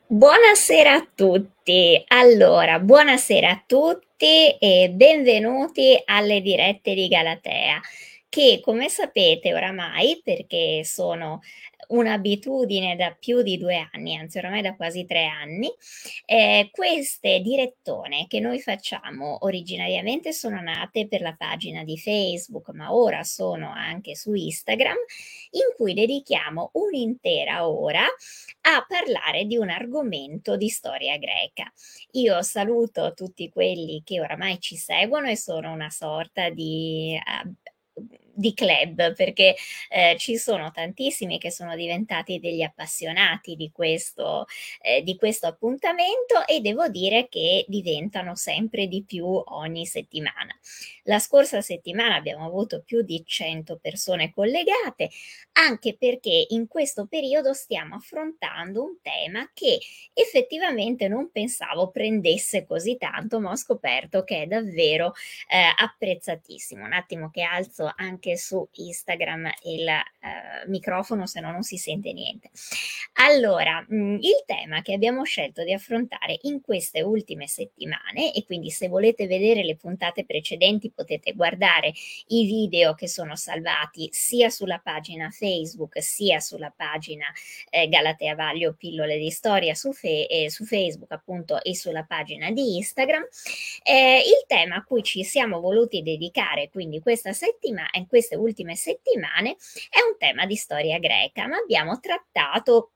Buonasera a tutti. Allora, buonasera a tutti e benvenuti alle dirette di Galatea, che come sapete oramai, perché sono un'abitudine da più di 2 anni, anzi oramai da quasi 3 anni, queste direttone che noi facciamo originariamente sono nate per la pagina di Facebook, ma ora sono anche su Instagram, in cui dedichiamo un'intera ora a parlare di un argomento di storia greca. Io saluto tutti quelli che oramai ci seguono e sono una sorta di club perché ci sono tantissimi che sono diventati degli appassionati di questo appuntamento e devo dire che diventano sempre di più ogni settimana. La scorsa settimana abbiamo avuto più di 100 persone collegate, anche perché in questo periodo stiamo affrontando un tema che effettivamente non pensavo prendesse così tanto, ma ho scoperto che è davvero apprezzatissimo. Un attimo che alzo anche su Instagram il microfono, se no non si sente niente. Allora, il tema che abbiamo scelto di affrontare in queste ultime settimane, e quindi se volete vedere le puntate precedenti potete guardare i video che sono salvati sia sulla pagina Facebook sia sulla pagina Galatea Vaglio Pillole di Storia su Facebook appunto e sulla pagina di Instagram. Il tema a cui ci siamo voluti dedicare quindi questa settimana, in queste ultime settimane, è un tema di storia greca, ma abbiamo trattato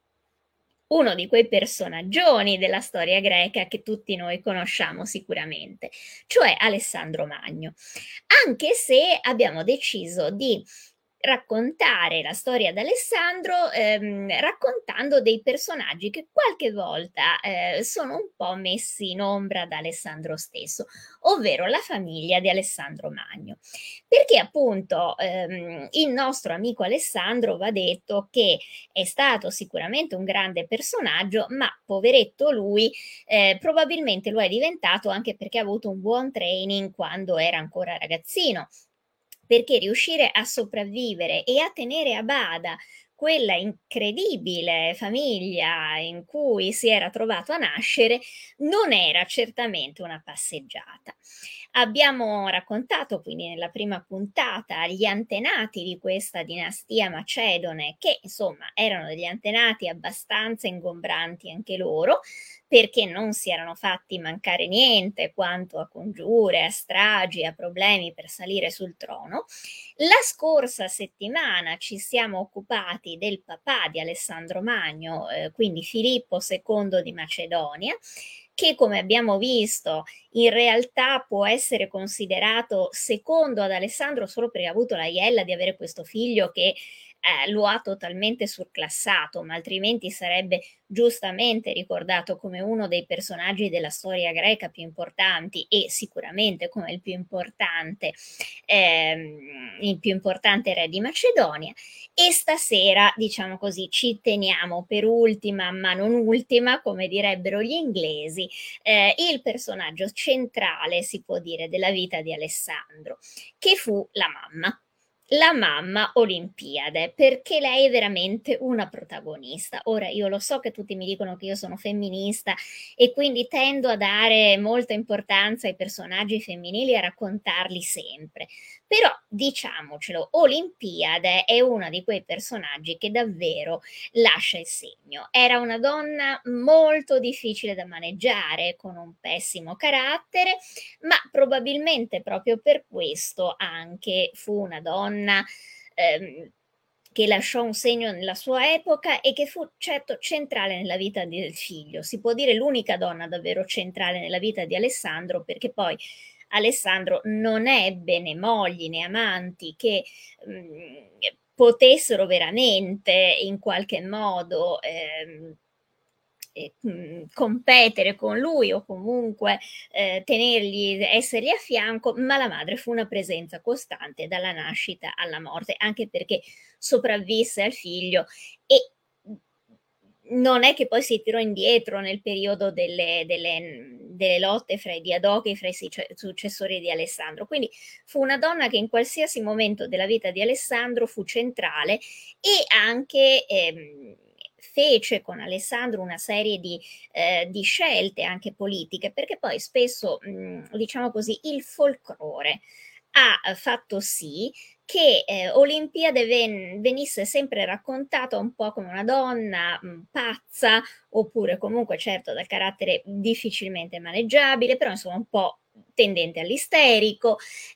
uno di quei personaggioni della storia greca che tutti noi conosciamo sicuramente, cioè Alessandro Magno. Anche se abbiamo deciso di raccontare la storia d'Alessandro raccontando dei personaggi che qualche volta sono un po' messi in ombra da Alessandro stesso, ovvero la famiglia di Alessandro Magno. Perché appunto il nostro amico Alessandro va detto che è stato sicuramente un grande personaggio, ma poveretto lui, probabilmente lo è diventato anche perché ha avuto un buon training quando era ancora ragazzino, perché riuscire a sopravvivere e a tenere a bada quella incredibile famiglia in cui si era trovato a nascere non era certamente una passeggiata. Abbiamo raccontato quindi nella prima puntata gli antenati di questa dinastia macedone, che insomma erano degli antenati abbastanza ingombranti anche loro, perché non si erano fatti mancare niente quanto a congiure, a stragi, a problemi per salire sul trono. La scorsa settimana ci siamo occupati del papà di Alessandro Magno, quindi Filippo II di Macedonia, che come abbiamo visto in realtà può essere considerato secondo ad Alessandro solo perché ha avuto la iella di avere questo figlio che lo ha totalmente surclassato, ma altrimenti sarebbe giustamente ricordato come uno dei personaggi della storia greca più importanti e sicuramente come il più importante re di Macedonia. E stasera, diciamo così, ci teniamo per ultima, ma non ultima, come direbbero gli inglesi, il personaggio centrale, si può dire, della vita di Alessandro, che fu la mamma. La mamma Olimpiade, perché lei è veramente una protagonista. Ora, io lo so che tutti mi dicono che io sono femminista e quindi tendo a dare molta importanza ai personaggi femminili e a raccontarli sempre. Però diciamocelo, Olimpiade è uno di quei personaggi che davvero lascia il segno. Era una donna molto difficile da maneggiare, con un pessimo carattere, ma probabilmente proprio per questo anche fu una donna ehm, che lasciò un segno nella sua epoca e che fu certo centrale nella vita del figlio. Si può dire l'unica donna davvero centrale nella vita di Alessandro, perché poi Alessandro non ebbe né mogli né amanti che potessero veramente in qualche modo competere con lui o comunque essergli a fianco, ma la madre fu una presenza costante dalla nascita alla morte, anche perché sopravvisse al figlio e non è che poi si tirò indietro nel periodo delle lotte fra i Diadochi e fra i successori di Alessandro. Quindi fu una donna che in qualsiasi momento della vita di Alessandro fu centrale e anche fece con Alessandro una serie di scelte anche politiche, perché poi spesso, diciamo così, il folklore ha fatto sì che Olimpiade venisse sempre raccontata un po' come una donna pazza, oppure comunque certo dal carattere difficilmente maneggiabile, però insomma un po' tendente all'isterico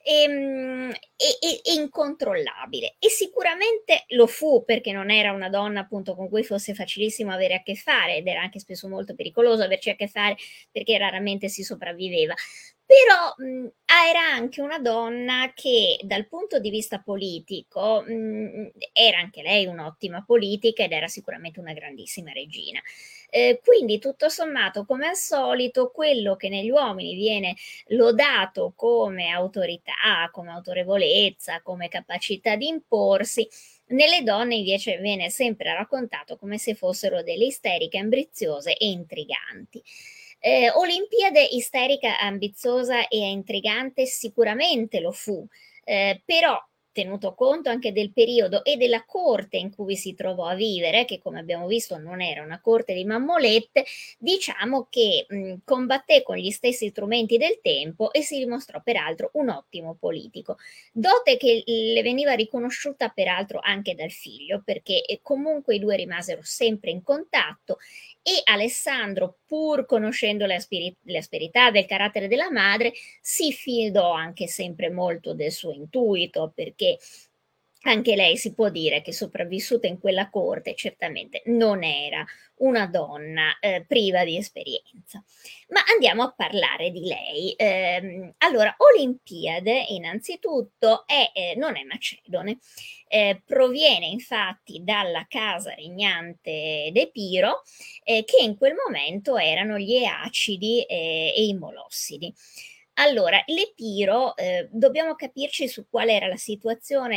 e incontrollabile. E sicuramente lo fu perché non era una donna appunto con cui fosse facilissimo avere a che fare, ed era anche spesso molto pericoloso averci a che fare perché raramente si sopravviveva. Però era anche una donna che dal punto di vista politico era anche lei un'ottima politica ed era sicuramente una grandissima regina. Quindi tutto sommato, come al solito, quello che negli uomini viene lodato come autorità, come autorevolezza, come capacità di imporsi, nelle donne invece viene sempre raccontato come se fossero delle isteriche, ambiziose e intriganti. Olimpiade isterica, ambiziosa e intrigante sicuramente lo fu, però tenuto conto anche del periodo e della corte in cui si trovò a vivere, che come abbiamo visto non era una corte di mammolette, diciamo che combatté con gli stessi strumenti del tempo e si dimostrò peraltro un ottimo politico. Dote che le veniva riconosciuta peraltro anche dal figlio, perché comunque i due rimasero sempre in contatto e Alessandro, pur conoscendo l'asperità del carattere della madre, si fidò anche sempre molto del suo intuito, perché anche lei si può dire che sopravvissuta in quella corte certamente non era una donna priva di esperienza. Ma andiamo a parlare di lei. Allora, Olimpiade innanzitutto non è macedone, proviene infatti dalla casa regnante d'Epiro, che in quel momento erano gli Eacidi e i Molossidi. Allora, l'Epiro, dobbiamo capirci su qual era la situazione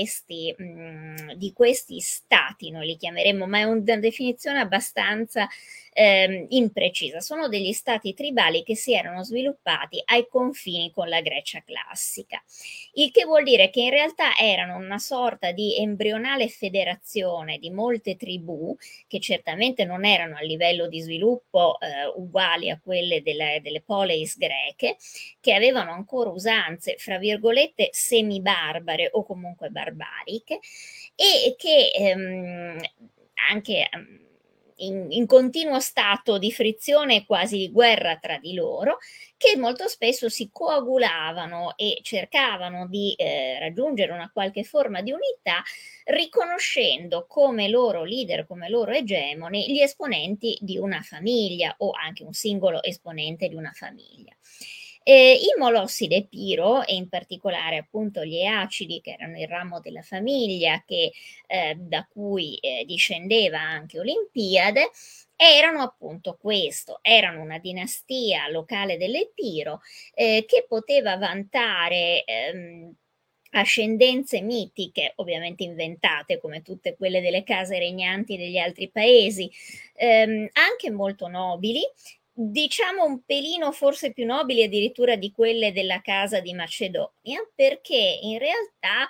di questi stati, noi li chiameremmo, ma è una definizione abbastanza imprecisa. Sono degli stati tribali che si erano sviluppati ai confini con la Grecia classica, il che vuol dire che in realtà erano una sorta di embrionale federazione di molte tribù che certamente non erano a livello di sviluppo uguali a quelle delle poleis greche, che avevano ancora usanze, fra virgolette, semi-barbare o comunque barbariche, e che anche in continuo stato di frizione e quasi di guerra tra di loro, che molto spesso si coagulavano e cercavano di raggiungere una qualche forma di unità, riconoscendo come loro leader, come loro egemoni, gli esponenti di una famiglia o anche un singolo esponente di una famiglia. I Molossi d'Epiro, e in particolare appunto gli Eacidi, che erano il ramo della famiglia da cui discendeva anche Olimpiade, erano appunto questo, erano una dinastia locale dell'Epiro che poteva vantare ascendenze mitiche, ovviamente inventate come tutte quelle delle case regnanti degli altri paesi, anche molto nobili, diciamo un pelino forse più nobili addirittura di quelle della casa di Macedonia, perché in realtà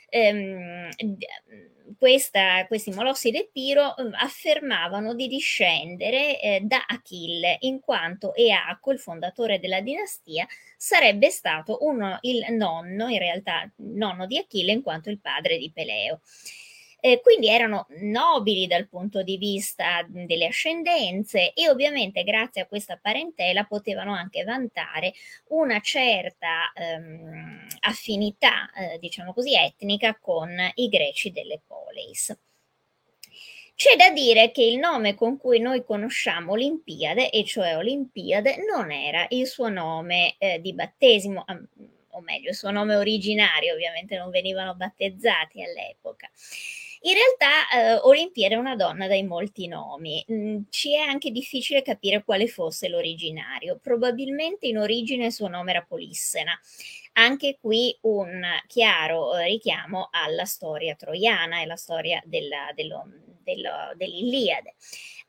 questi Molossi d'Epiro affermavano di discendere da Achille, in quanto Eaco, il fondatore della dinastia, sarebbe stato il nonno, in realtà nonno di Achille, in quanto il padre di Peleo. Quindi erano nobili dal punto di vista delle ascendenze e ovviamente grazie a questa parentela potevano anche vantare una certa affinità, diciamo così, etnica con i greci delle poleis. C'è da dire che il nome con cui noi conosciamo Olimpiade, e cioè Olimpiade, non era il suo nome di battesimo, o meglio, il suo nome originario, ovviamente non venivano battezzati all'epoca. In realtà Olimpiade è una donna dai molti nomi, ci è anche difficile capire quale fosse l'originario, probabilmente in origine il suo nome era Polissena, anche qui un chiaro richiamo alla storia troiana e alla storia dell'Iliade.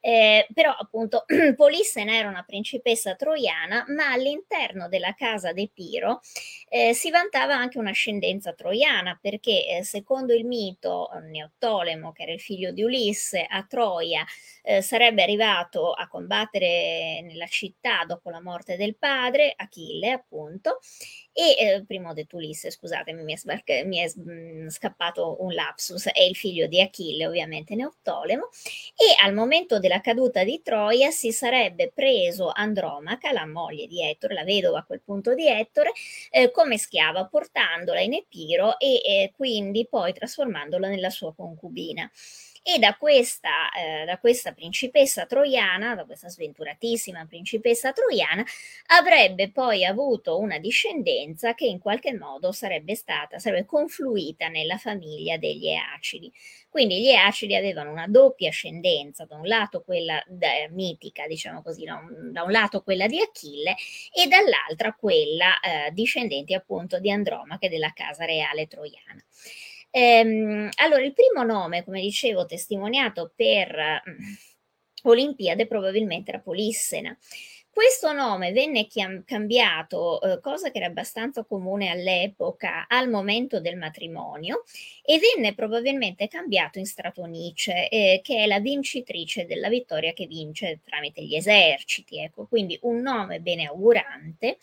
Però appunto Polissena era una principessa troiana, ma all'interno della casa d'Epiro si vantava anche un'ascendenza troiana, perché secondo il mito Neottolemo, che era il figlio di Ulisse, a Troia sarebbe arrivato a combattere nella città dopo la morte del padre, Achille appunto, e prima ho detto Ulisse, scusatemi, scappato un lapsus, è il figlio di Achille, ovviamente Neottolemo, e al momento della caduta di Troia si sarebbe preso Andromaca, la moglie di Ettore, la vedova a quel punto di Ettore, come schiava, portandola in Epiro e quindi poi trasformandola nella sua concubina. E da questa principessa troiana, da questa sventuratissima principessa troiana, avrebbe poi avuto una discendenza che in qualche modo sarebbe confluita nella famiglia degli Eacidi. Quindi gli Eacidi avevano una doppia ascendenza, da un lato quella mitica, diciamo così, da un lato quella di Achille e dall'altra quella discendente appunto di Andromache della casa reale troiana. Allora, il primo nome, come dicevo, testimoniato per Olimpiade probabilmente era Polissena. Questo nome venne cambiato, cosa che era abbastanza comune all'epoca, al momento del matrimonio, e venne probabilmente cambiato in Stratonice, che è la vincitrice della vittoria che vince tramite gli eserciti, ecco, quindi un nome beneaugurante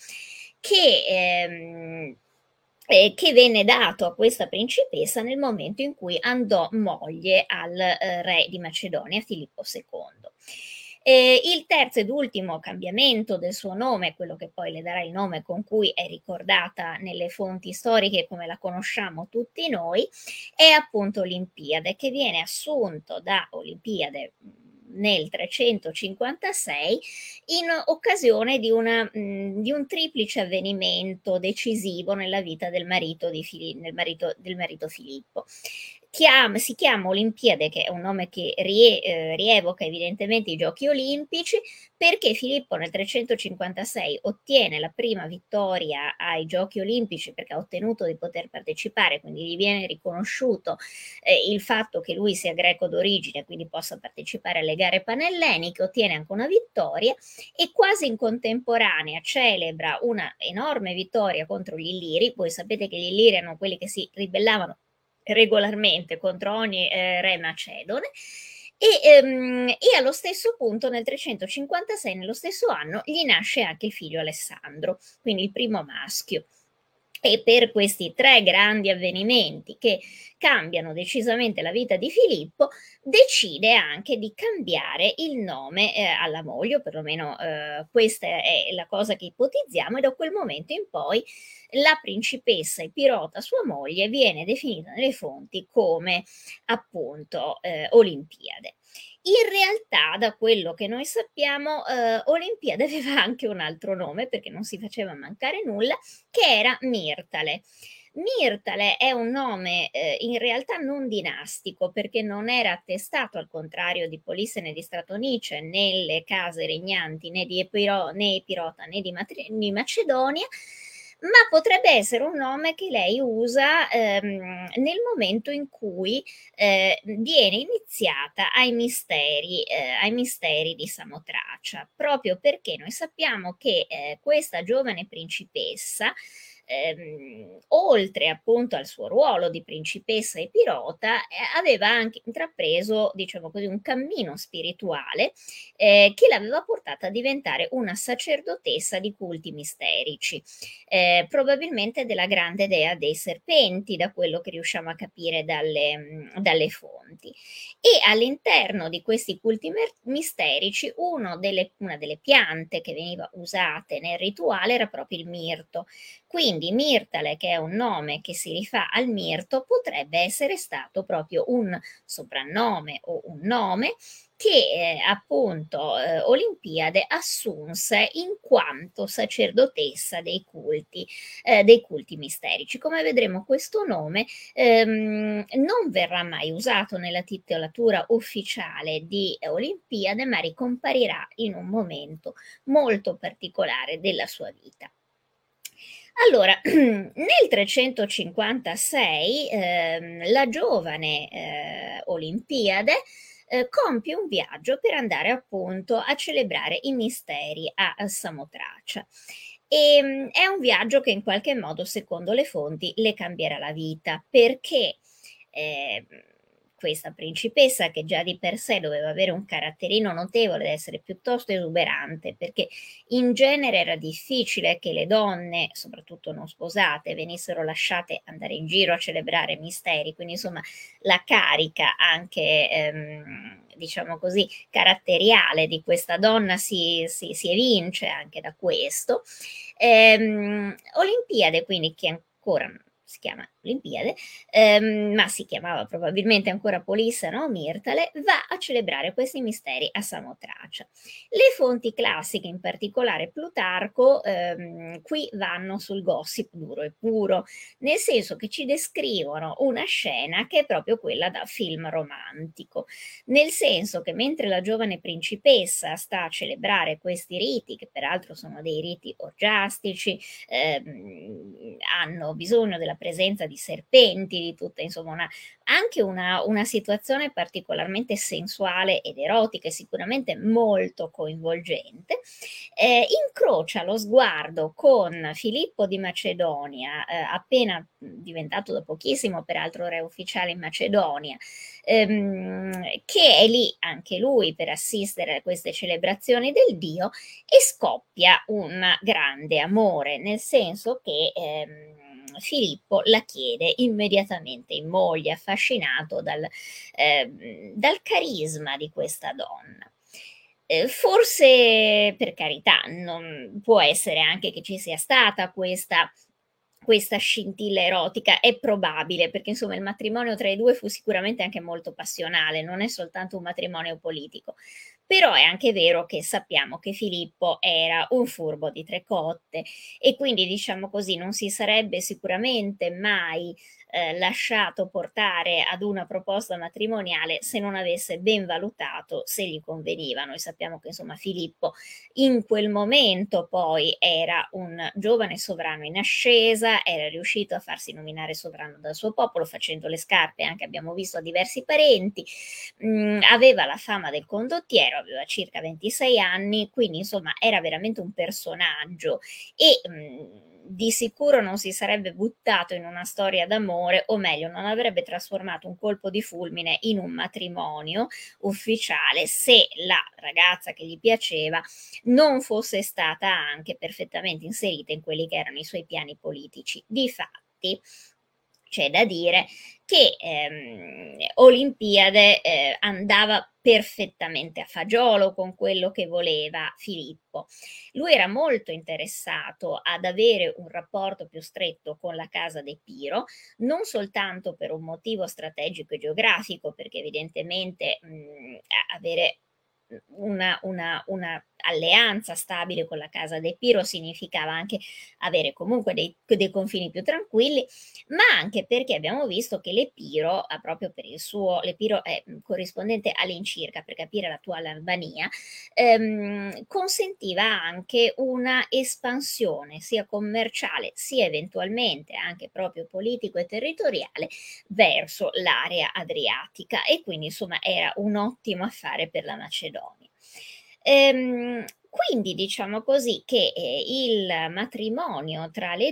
che venne dato a questa principessa nel momento in cui andò moglie al re di Macedonia, Filippo II. Il terzo ed ultimo cambiamento del suo nome, quello che poi le darà il nome con cui è ricordata nelle fonti storiche come la conosciamo tutti noi, è appunto Olimpiade, che viene assunto da Olimpiade nel 356 in occasione di un triplice avvenimento decisivo nella vita del marito, del marito Filippo. Si chiama Olimpiade, che è un nome che rievoca evidentemente i giochi olimpici, perché Filippo nel 356 ottiene la prima vittoria ai giochi olimpici perché ha ottenuto di poter partecipare, quindi gli viene riconosciuto il fatto che lui sia greco d'origine, quindi possa partecipare alle gare panelleniche, ottiene anche una vittoria e quasi in contemporanea celebra una enorme vittoria contro gli Illiri. Voi sapete che gli Illiri erano quelli che si ribellavano regolarmente contro ogni re macedone. E allo stesso punto nel 356, nello stesso anno, gli nasce anche il figlio Alessandro, quindi il primo maschio. E per questi tre grandi avvenimenti che cambiano decisamente la vita di Filippo, decide anche di cambiare il nome alla moglie, o perlomeno questa è la cosa che ipotizziamo, e da quel momento in poi la principessa Epirota, sua moglie, viene definita nelle fonti come appunto Olimpiade. In realtà, da quello che noi sappiamo, Olimpiade aveva anche un altro nome, perché non si faceva mancare nulla, che era Mirtale. Mirtale è un nome in realtà non dinastico, perché non era attestato, al contrario di Polissene e di Stratonice, nelle case regnanti né di né Epirota né di Macedonia, ma potrebbe essere un nome che lei usa nel momento in cui viene iniziata ai misteri di Samotracia, proprio perché noi sappiamo che questa giovane principessa, oltre appunto al suo ruolo di principessa epirota, aveva anche intrapreso, diciamo così, un cammino spirituale che l'aveva portata a diventare una sacerdotessa di culti misterici, probabilmente della grande dea dei serpenti, da quello che riusciamo a capire dalle fonti. E all'interno di questi culti misterici una delle piante che veniva usate nel rituale era proprio il mirto. Quindi Mirtale, che è un nome che si rifà al mirto, potrebbe essere stato proprio un soprannome o un nome che appunto Olimpiade assunse in quanto sacerdotessa dei culti misterici. Come vedremo, questo nome non verrà mai usato nella titolatura ufficiale di Olimpiade, ma ricomparirà in un momento molto particolare della sua vita. Allora, nel 356 la giovane Olimpiade compie un viaggio per andare appunto a celebrare i misteri a Samotracia. È un viaggio che in qualche modo, secondo le fonti, le cambierà la vita, perché ehm, questa principessa, che già di per sé doveva avere un caratterino notevole, essere piuttosto esuberante, perché in genere era difficile che le donne, soprattutto non sposate, venissero lasciate andare in giro a celebrare misteri, quindi insomma la carica anche, diciamo così, caratteriale di questa donna si evince anche da questo. Olimpiade, quindi, che ancora si chiama Olimpiade, ma si chiamava probabilmente ancora Polisseno o Mirtale, va a celebrare questi misteri a Samotracia. Le fonti classiche, in particolare Plutarco, qui vanno sul gossip duro e puro, nel senso che ci descrivono una scena che è proprio quella da film romantico, nel senso che mentre la giovane principessa sta a celebrare questi riti, che peraltro sono dei riti orgiastici, hanno bisogno della presenza di serpenti, di tutta insomma anche una situazione particolarmente sensuale ed erotica e sicuramente molto coinvolgente, incrocia lo sguardo con Filippo di Macedonia, appena diventato da pochissimo peraltro re ufficiale in Macedonia, che è lì anche lui per assistere a queste celebrazioni del dio, e scoppia un grande amore, nel senso che Filippo la chiede immediatamente in moglie, affascinato dal carisma di questa donna. Forse, per carità, non può essere anche che ci sia stata questa scintilla erotica, è probabile, perché insomma il matrimonio tra i due fu sicuramente anche molto passionale, non è soltanto un matrimonio politico. Però è anche vero che sappiamo che Filippo era un furbo di tre cotte e quindi, diciamo così, non si sarebbe sicuramente mai lasciato portare ad una proposta matrimoniale se non avesse ben valutato se gli conveniva. Noi sappiamo che insomma Filippo in quel momento poi era un giovane sovrano in ascesa, era riuscito a farsi nominare sovrano dal suo popolo facendo le scarpe, anche abbiamo visto, a diversi parenti, aveva la fama del condottiero, aveva circa 26 anni, quindi insomma era veramente un personaggio e di sicuro non si sarebbe buttato in una storia d'amore, o meglio, non avrebbe trasformato un colpo di fulmine in un matrimonio ufficiale se la ragazza che gli piaceva non fosse stata anche perfettamente inserita in quelli che erano i suoi piani politici. Difatti, c'è da dire che Olimpiade andava perfettamente a fagiolo con quello che voleva Filippo. Lui era molto interessato ad avere un rapporto più stretto con la casa dei Piro, non soltanto per un motivo strategico e geografico, perché evidentemente avere una alleanza stabile con la casa dei Piro significava anche avere comunque dei confini più tranquilli, ma anche perché abbiamo visto che l'Epiro, proprio per il suo, l'Epiro è corrispondente all'incirca, per capire l'attuale Albania, consentiva anche una espansione sia commerciale sia eventualmente anche proprio politico e territoriale verso l'area adriatica, e quindi insomma era un ottimo affare per la Macedonia. Quindi diciamo così che il matrimonio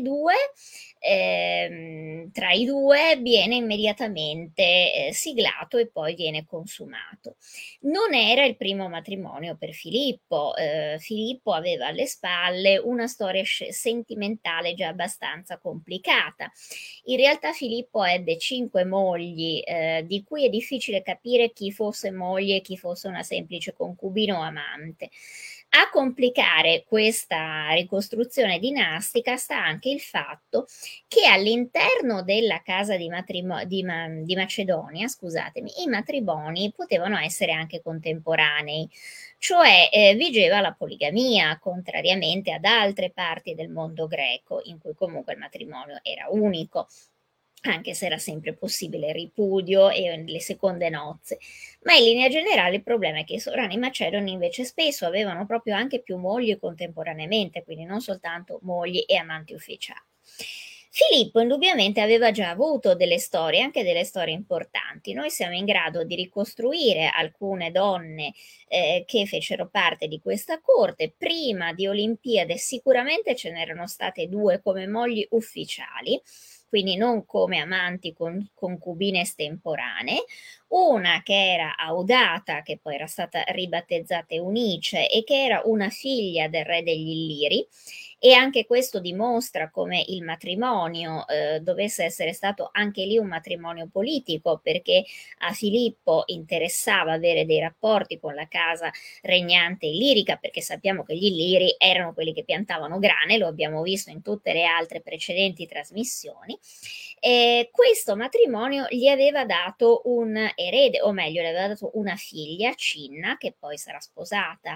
tra i due viene immediatamente siglato e poi viene consumato. Non era il primo matrimonio per Filippo. Filippo aveva alle spalle una storia sentimentale già abbastanza complicata. In realtà Filippo ebbe 5 mogli, di cui è difficile capire chi fosse moglie e chi fosse una semplice concubina o amante. A complicare questa ricostruzione dinastica sta anche il fatto che all'interno della casa di Macedonia, scusatemi, i matrimoni potevano essere anche contemporanei, cioè vigeva la poligamia, contrariamente ad altre parti del mondo greco, in cui comunque il matrimonio era unico, anche se era sempre possibile il ripudio e le seconde nozze. Ma in linea generale il problema è che i sovrani macedoni invece spesso avevano proprio anche più mogli contemporaneamente, quindi non soltanto mogli e amanti ufficiali. Filippo indubbiamente aveva già avuto delle storie, anche delle storie importanti. Noi siamo in grado di ricostruire alcune donne che fecero parte di questa corte. Prima di Olimpiade sicuramente ce n'erano state due come mogli ufficiali, quindi non come amanti con concubine estemporanee, una che era Audata, che poi era stata ribattezzata Eunice e che era una figlia del re degli Illiri, e anche questo dimostra come il matrimonio dovesse essere stato anche lì un matrimonio politico, perché a Filippo interessava avere dei rapporti con la casa regnante illirica, perché sappiamo che gli Illiri erano quelli che piantavano grane, lo abbiamo visto in tutte le altre precedenti trasmissioni. Questo matrimonio gli aveva dato un erede, o meglio, gli aveva dato una figlia, Cinna, che poi sarà sposata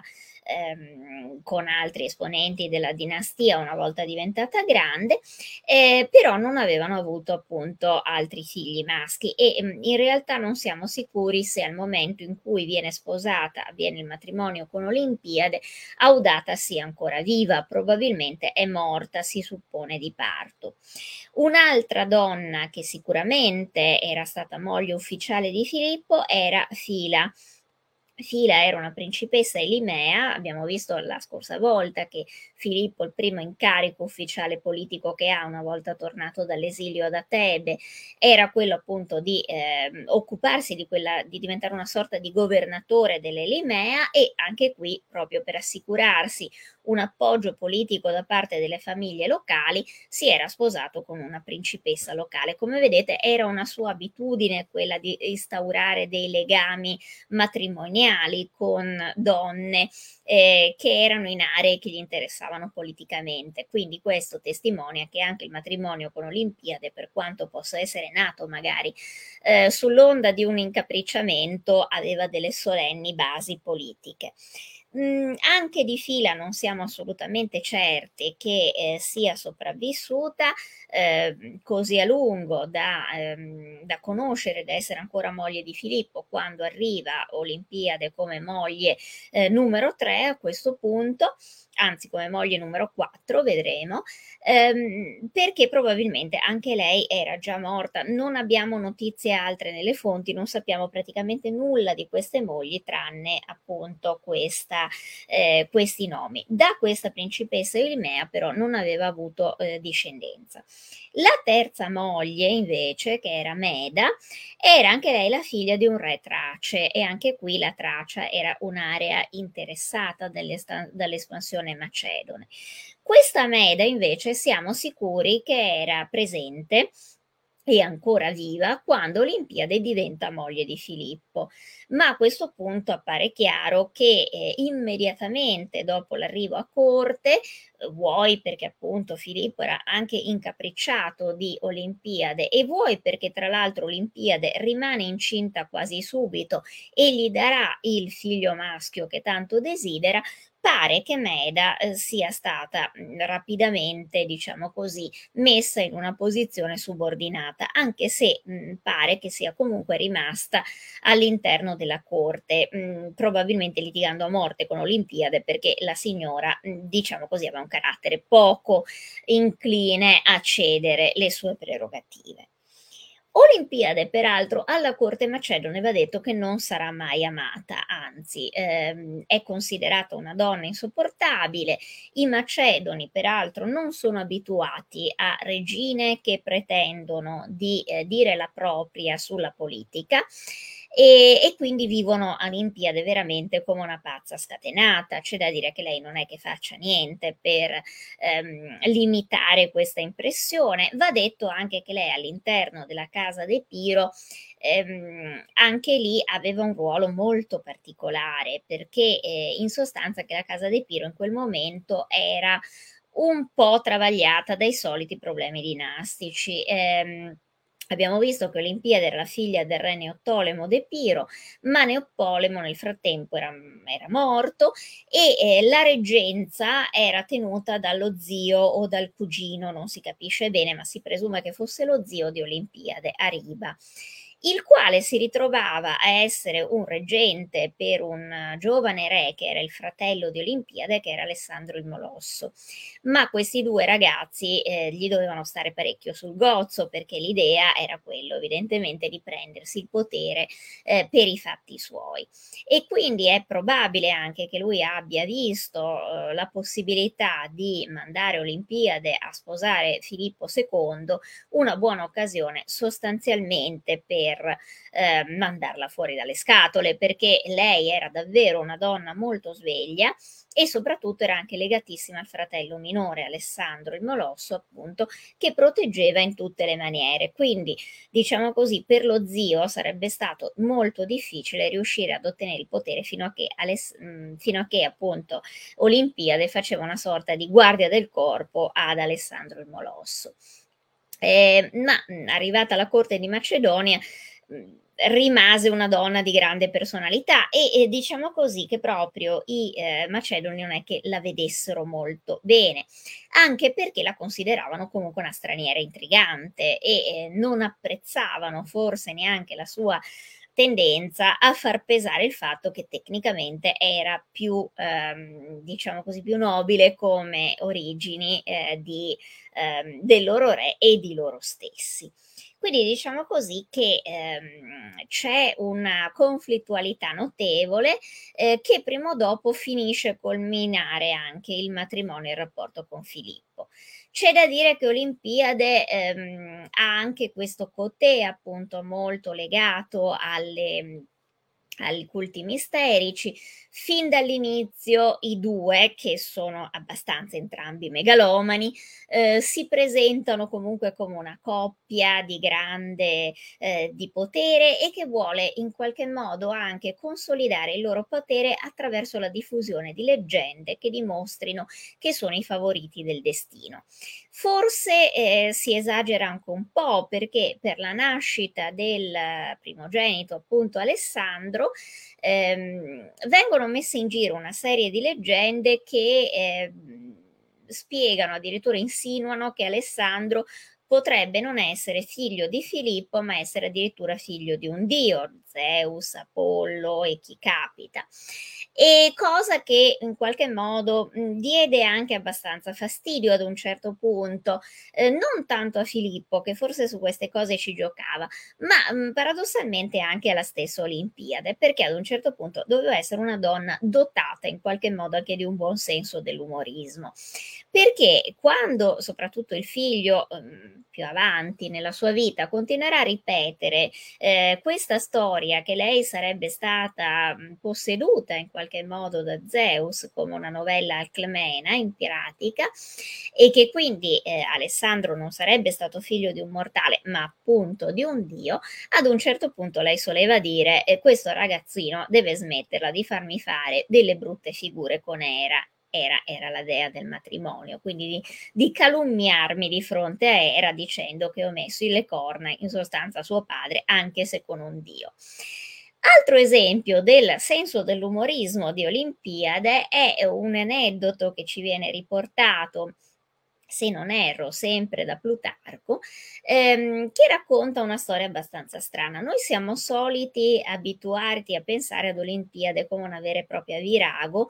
con altri esponenti della dinastia una volta diventata grande, però non avevano avuto appunto altri figli maschi e in realtà non siamo sicuri se al momento in cui viene sposata, avviene il matrimonio con Olimpiade, Audata sia ancora viva, probabilmente è morta, si suppone, di parto. Un'altra donna che sicuramente era stata moglie ufficiale di Filippo era Fila. Fila era una principessa elimea, abbiamo visto la scorsa volta che Filippo, il primo incarico ufficiale politico che ha una volta tornato dall'esilio ad Atebe, era quello appunto di occuparsi di diventare una sorta di governatore dell'Elimea, e anche qui, proprio per assicurarsi un appoggio politico da parte delle famiglie locali, si era sposato con una principessa locale. Come vedete, era una sua abitudine quella di instaurare dei legami matrimoniali con donne che erano in aree che gli interessavano politicamente. Quindi questo testimonia che anche il matrimonio con Olimpiade, per quanto possa essere nato magari sull'onda di un incapricciamento, aveva delle solenni basi politiche. Anche di Fila non siamo assolutamente certi che sia sopravvissuta così a lungo da conoscere, da essere ancora moglie di Filippo quando arriva Olimpiade come moglie numero 3 a questo punto, anzi come moglie numero 4, vedremo, perché probabilmente anche lei era già morta. Non abbiamo notizie altre nelle fonti, non sappiamo praticamente nulla di queste mogli tranne appunto questi nomi. Da questa principessa Elimea però non aveva avuto discendenza. La terza moglie invece, che era Meda, era anche lei la figlia di un re Trace, e anche qui la Tracia era un'area interessata dall'espansione macedone. Questa Meda invece siamo sicuri che era presente e ancora viva quando Olimpiade diventa moglie di Filippo, ma a questo punto appare chiaro che immediatamente dopo l'arrivo a corte, vuoi perché appunto Filippo era anche incapricciato di Olimpiade, e vuoi perché tra l'altro Olimpiade rimane incinta quasi subito e gli darà il figlio maschio che tanto desidera, pare che Meda sia stata rapidamente, diciamo così, messa in una posizione subordinata, anche se pare che sia comunque rimasta all'interno della corte, probabilmente litigando a morte con Olimpiade, perché la signora, diciamo così, aveva un carattere poco incline a cedere le sue prerogative. Olimpiade, peraltro, alla corte macedone va detto che non sarà mai amata, anzi è considerata una donna insopportabile. I macedoni, peraltro, non sono abituati a regine che pretendono di dire la propria sulla politica, e quindi vivono Olimpiade veramente come una pazza scatenata. C'è da dire che lei non è che faccia niente per limitare questa impressione. Va detto anche che lei all'interno della casa d'Epiro anche lì aveva un ruolo molto particolare, perché in sostanza che la casa d'Epiro in quel momento era un po' travagliata dai soliti problemi dinastici. Abbiamo visto che Olimpiade era la figlia del re Neottolemo d'Epiro, ma Neottolemo nel frattempo era morto, e la reggenza era tenuta dallo zio o dal cugino, non si capisce bene, ma si presume che fosse lo zio di Olimpiade, Ariba. il quale si ritrovava a essere un reggente per un giovane re che era il fratello di Olimpiade, che era Alessandro il Molosso. Ma questi 2 ragazzi, gli dovevano stare parecchio sul gozzo, perché l'idea era quello evidentemente di prendersi il potere, per i fatti suoi. E quindi è probabile anche che lui abbia visto, la possibilità di mandare Olimpiade a sposare Filippo II, una buona occasione sostanzialmente per mandarla fuori dalle scatole, perché lei era davvero una donna molto sveglia e soprattutto era anche legatissima al fratello minore Alessandro il Molosso, appunto, che proteggeva in tutte le maniere. Quindi, diciamo così, per lo zio sarebbe stato molto difficile riuscire ad ottenere il potere fino a che appunto Olimpiade faceva una sorta di guardia del corpo ad Alessandro il Molosso. Arrivata alla corte di Macedonia, rimase una donna di grande personalità e diciamo così che proprio i macedoni non è che la vedessero molto bene, anche perché la consideravano comunque una straniera intrigante e non apprezzavano forse neanche la sua tendenza a far pesare il fatto che tecnicamente era più, diciamo così, più nobile come origini del loro re e di loro stessi. Quindi diciamo così che c'è una conflittualità notevole che prima o dopo finisce col minare anche il matrimonio e il rapporto con Filippo. C'è da dire che Olimpiade ha anche questo cotè appunto molto legato ai culti misterici. Fin dall'inizio i due, che sono abbastanza entrambi megalomani, si presentano comunque come una coppia di grande di potere e che vuole in qualche modo anche consolidare il loro potere attraverso la diffusione di leggende che dimostrino che sono i favoriti del destino. Forse si esagera anche un po' perché per la nascita del primogenito, appunto Alessandro, vengono messe in giro una serie di leggende che spiegano, addirittura insinuano che Alessandro potrebbe non essere figlio di Filippo, ma essere addirittura figlio di un dio, Zeus, Apollo e chi capita. E cosa che in qualche modo diede anche abbastanza fastidio ad un certo punto, non tanto a Filippo, che forse su queste cose ci giocava, ma paradossalmente anche alla stessa Olimpiade, perché ad un certo punto doveva essere una donna dotata in qualche modo anche di un buon senso dell'umorismo. Perché quando soprattutto il figlio più avanti nella sua vita continuerà a ripetere questa storia che lei sarebbe stata posseduta in qualche modo da Zeus come una novella alcmena in piratica e che quindi Alessandro non sarebbe stato figlio di un mortale ma appunto di un dio, ad un certo punto lei soleva dire questo ragazzino deve smetterla di farmi fare delle brutte figure con era la dea del matrimonio, quindi di calunniarmi di fronte a Era dicendo che ho messo le corna in sostanza a suo padre, anche se con un dio. Altro esempio del senso dell'umorismo di Olimpiade è un aneddoto che ci viene riportato, se non erro, sempre da Plutarco, che racconta una storia abbastanza strana. Noi siamo soliti abituarti a pensare ad Olimpiade come una vera e propria virago,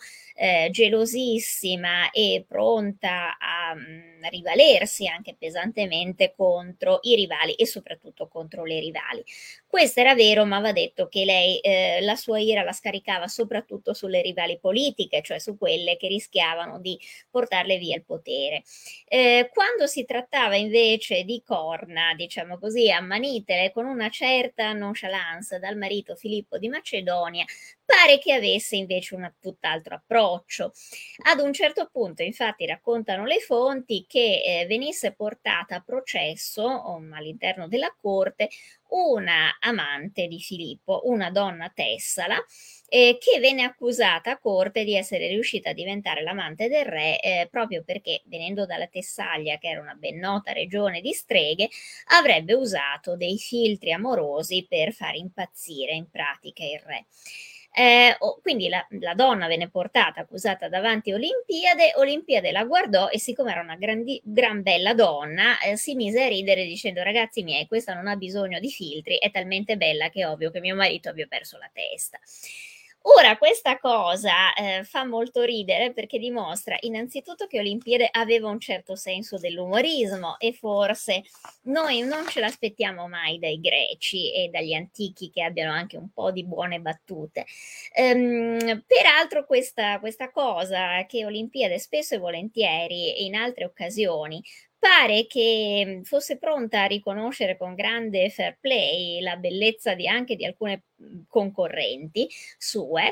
gelosissima e pronta a rivalersi anche pesantemente contro i rivali e soprattutto contro le rivali. Questo era vero, ma va detto che lei la sua ira la scaricava soprattutto sulle rivali politiche, cioè su quelle che rischiavano di portarle via il potere. Quando si trattava invece di corna, diciamo così, ammanite con una certa nonchalance dal marito Filippo di Macedonia, pare che avesse invece un tutt'altro approccio. Ad un certo punto, infatti, raccontano le fonti che venisse portata a processo all'interno della corte una amante di Filippo, una donna Tessala, che venne accusata a corte di essere riuscita a diventare l'amante del re proprio perché, venendo dalla Tessaglia, che era una ben nota regione di streghe, avrebbe usato dei filtri amorosi per far impazzire in pratica il re. Quindi la donna venne portata accusata davanti Olimpiade, Olimpiade la guardò e siccome era una gran bella donna, si mise a ridere dicendo ragazzi miei, questa non ha bisogno di filtri, è talmente bella che è ovvio che mio marito abbia perso la testa. Ora questa cosa fa molto ridere perché dimostra innanzitutto che Olimpiade aveva un certo senso dell'umorismo e forse noi non ce l'aspettiamo mai dai greci e dagli antichi che abbiano anche un po' di buone battute. Peraltro questa cosa che Olimpiade spesso e volentieri e in altre occasioni pare che fosse pronta a riconoscere con grande fair play la bellezza anche di alcune concorrenti sue,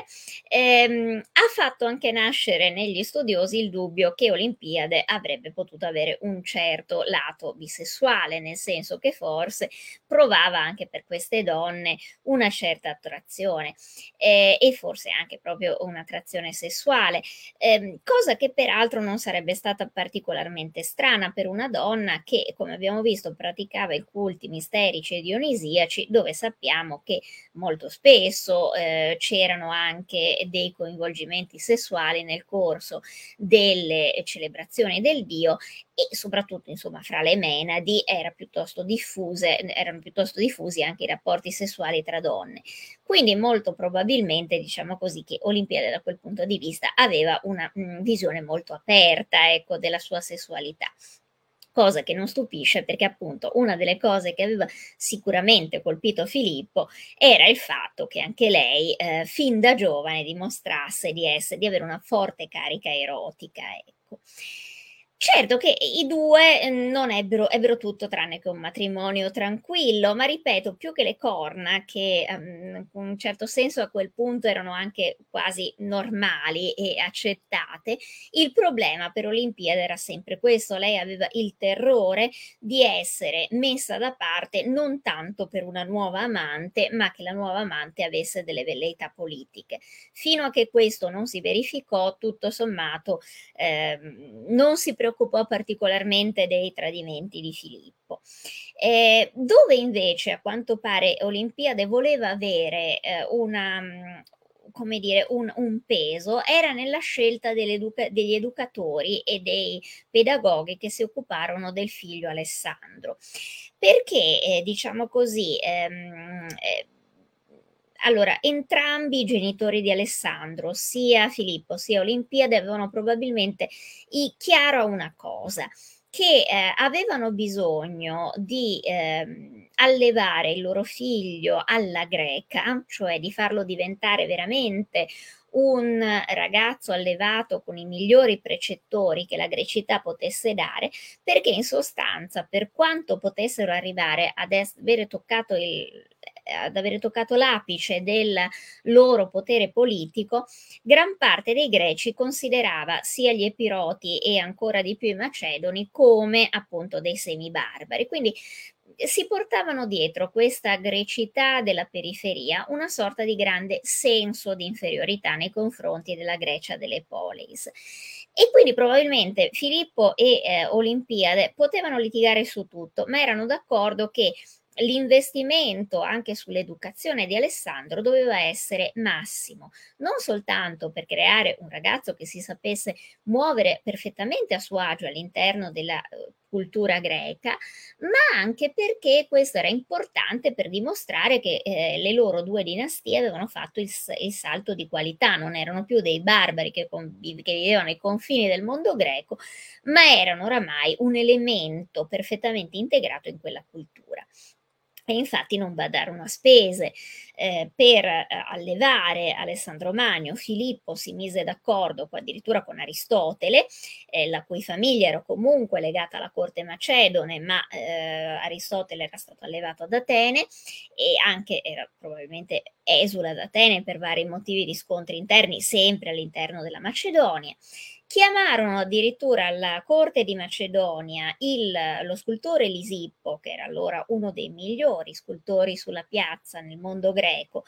ha fatto anche nascere negli studiosi il dubbio che Olimpiade avrebbe potuto avere un certo lato bisessuale, nel senso che forse provava anche per queste donne una certa attrazione e forse anche proprio un'attrazione sessuale, cosa che peraltro non sarebbe stata particolarmente strana per una donna che, come abbiamo visto, praticava i culti misterici e dionisiaci, dove sappiamo che molto spesso c'erano anche dei coinvolgimenti sessuali nel corso delle celebrazioni del dio e soprattutto insomma fra le menadi erano piuttosto diffusi anche i rapporti sessuali tra donne. Quindi molto probabilmente diciamo così che Olimpiade da quel punto di vista aveva una visione molto aperta ecco, della sua sessualità. Cosa che non stupisce perché appunto una delle cose che aveva sicuramente colpito Filippo era il fatto che anche lei fin da giovane dimostrasse di avere una forte carica erotica, ecco. Certo che i due non ebbero tutto tranne che un matrimonio tranquillo, ma ripeto, più che le corna, che in un certo senso a quel punto erano anche quasi normali e accettate, il problema per Olimpiade era sempre questo, lei aveva il terrore di essere messa da parte non tanto per una nuova amante, ma che la nuova amante avesse delle velleità politiche. Fino a che questo non si verificò, tutto sommato non si preoccupò particolarmente dei tradimenti di Filippo. Dove invece a quanto pare Olimpiade voleva avere come dire, un peso era nella scelta degli educatori e dei pedagoghi che si occuparono del figlio Alessandro. Perché, diciamo così, allora, entrambi i genitori di Alessandro, sia Filippo sia Olimpiade, avevano probabilmente chiaro una cosa, che avevano bisogno di allevare il loro figlio alla greca, cioè di farlo diventare veramente un ragazzo allevato con i migliori precettori che la grecità potesse dare, perché in sostanza, per quanto potessero arrivare ad avere toccato l'apice del loro potere politico, gran parte dei greci considerava sia gli epiroti e ancora di più i macedoni come appunto dei semibarbari. Quindi si portavano dietro questa grecità della periferia una sorta di grande senso di inferiorità nei confronti della Grecia delle poleis. E quindi probabilmente Filippo e Olimpiade potevano litigare su tutto, ma erano d'accordo che l'investimento anche sull'educazione di Alessandro doveva essere massimo, non soltanto per creare un ragazzo che si sapesse muovere perfettamente a suo agio all'interno della cultura greca, ma anche perché questo era importante per dimostrare che le loro due dinastie avevano fatto il salto di qualità, non erano più dei barbari che vivevano ai confini del mondo greco, ma erano oramai un elemento perfettamente integrato in quella cultura. E infatti non badarono a spese per allevare Alessandro Magno. Filippo si mise d'accordo addirittura con Aristotele, la cui famiglia era comunque legata alla corte macedone, ma Aristotele era stato allevato ad Atene e anche era probabilmente esule ad Atene per vari motivi di scontri interni, sempre all'interno della Macedonia. Chiamarono addirittura alla corte di Macedonia lo scultore Lisippo, che era allora uno dei migliori scultori sulla piazza nel mondo greco,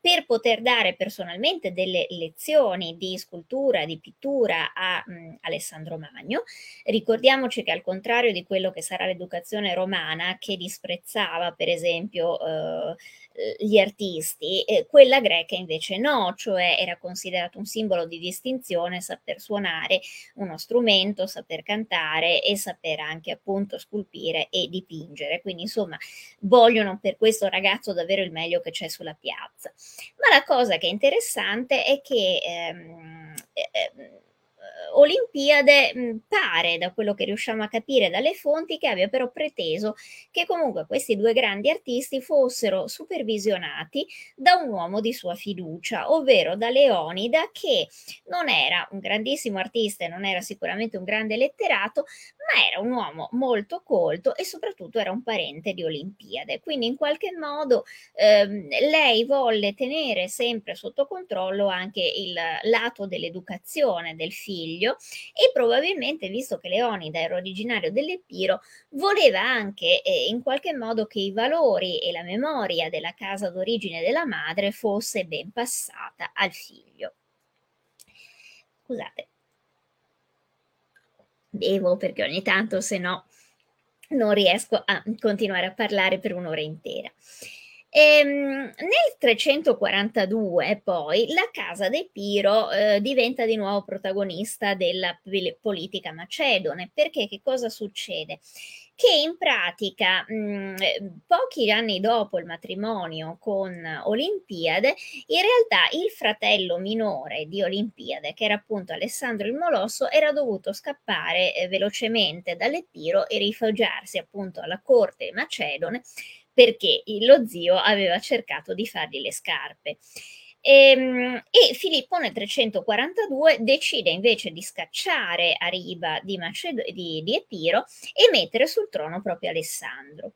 per poter dare personalmente delle lezioni di scultura, di pittura a Alessandro Magno. Ricordiamoci che al contrario di quello che sarà l'educazione romana, che disprezzava per esempio gli artisti, quella greca invece no, cioè era considerato un simbolo di distinzione saper suonare uno strumento, saper cantare e saper anche appunto scolpire e dipingere. Quindi insomma vogliono per questo ragazzo davvero il meglio che c'è sulla piazza. Ma la cosa che è interessante è che Olimpiade pare, da quello che riusciamo a capire dalle fonti, che abbia però preteso che comunque questi due grandi artisti fossero supervisionati da un uomo di sua fiducia, ovvero da Leonida, che non era un grandissimo artista e non era sicuramente un grande letterato, ma era un uomo molto colto e soprattutto era un parente di Olimpiade. Quindi in qualche modo lei volle tenere sempre sotto controllo anche il lato dell'educazione del figlio e probabilmente, visto che Leonida era originario dell'Epiro, voleva anche in qualche modo che i valori e la memoria della casa d'origine della madre fosse ben passata al figlio. Scusate, bevo perché ogni tanto se no non riesco a continuare a parlare per un'ora intera. Nel 342 poi la casa d'Epiro diventa di nuovo protagonista della politica macedone, perché che cosa succede? Che in pratica pochi anni dopo il matrimonio con Olimpiade, in realtà il fratello minore di Olimpiade, che era appunto Alessandro il Molosso, era dovuto scappare velocemente dall'Epiro e rifugiarsi appunto alla corte macedone perché lo zio aveva cercato di fargli le scarpe. E Filippo nel 342 decide invece di scacciare Ariba di Epiro e mettere sul trono proprio Alessandro.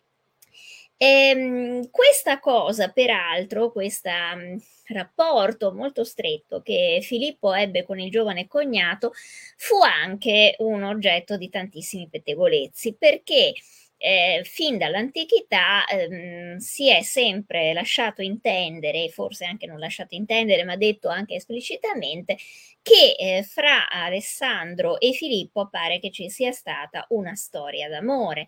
Questa cosa, peraltro, questo rapporto molto stretto che Filippo ebbe con il giovane cognato, fu anche un oggetto di tantissimi pettegolezzi, perché fin dall'antichità si è sempre lasciato intendere, forse anche non lasciato intendere, ma detto anche esplicitamente, che fra Alessandro e Filippo pare che ci sia stata una storia d'amore.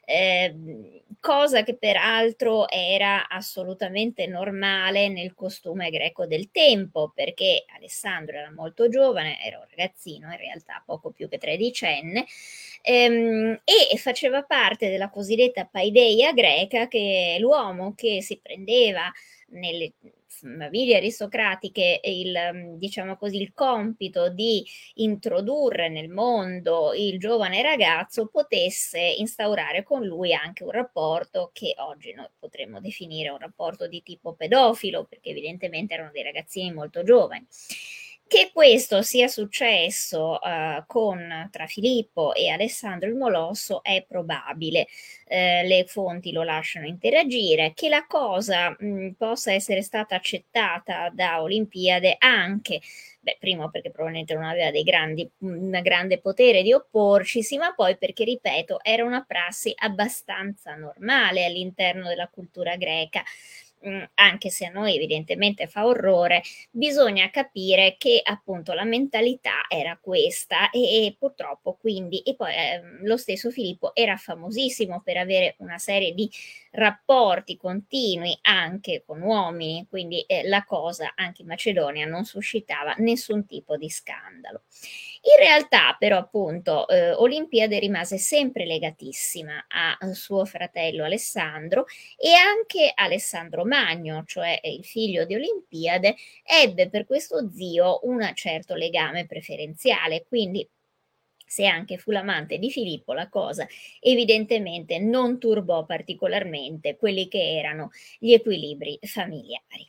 Cosa che peraltro era assolutamente normale nel costume greco del tempo, perché Alessandro era molto giovane, era un ragazzino, in realtà poco più che tredicenne, e faceva parte della cosiddetta paideia greca, che è l'uomo che si prendeva nelle famiglie aristocratiche diciamo così, il compito di introdurre nel mondo il giovane ragazzo, potesse instaurare con lui anche un rapporto che oggi noi potremmo definire un rapporto di tipo pedofilo, perché evidentemente erano dei ragazzini molto giovani. Che questo sia successo tra Filippo e Alessandro il Molosso è probabile, le fonti lo lasciano interagire, che la cosa possa essere stata accettata da Olimpiade anche, primo perché probabilmente non aveva un grande potere di opporcisi, ma poi perché, ripeto, era una prassi abbastanza normale all'interno della cultura greca. Anche se a noi evidentemente fa orrore, bisogna capire che appunto la mentalità era questa e purtroppo quindi, e poi lo stesso Filippo era famosissimo per avere una serie di rapporti continui anche con uomini, quindi la cosa anche in Macedonia non suscitava nessun tipo di scandalo. In realtà però appunto Olimpiade rimase sempre legatissima a suo fratello Alessandro e anche Alessandro Magno, cioè il figlio di Olimpiade, ebbe per questo zio un certo legame preferenziale, quindi se anche fu l'amante di Filippo, la cosa evidentemente non turbò particolarmente quelli che erano gli equilibri familiari.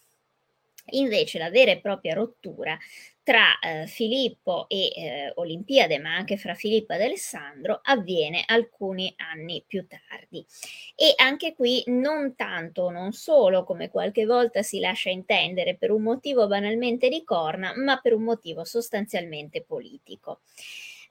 Invece la vera e propria rottura tra Filippo e Olimpiade, ma anche fra Filippo ed Alessandro, avviene alcuni anni più tardi. E anche qui non tanto, non solo, come qualche volta si lascia intendere, per un motivo banalmente di corna, ma per un motivo sostanzialmente politico.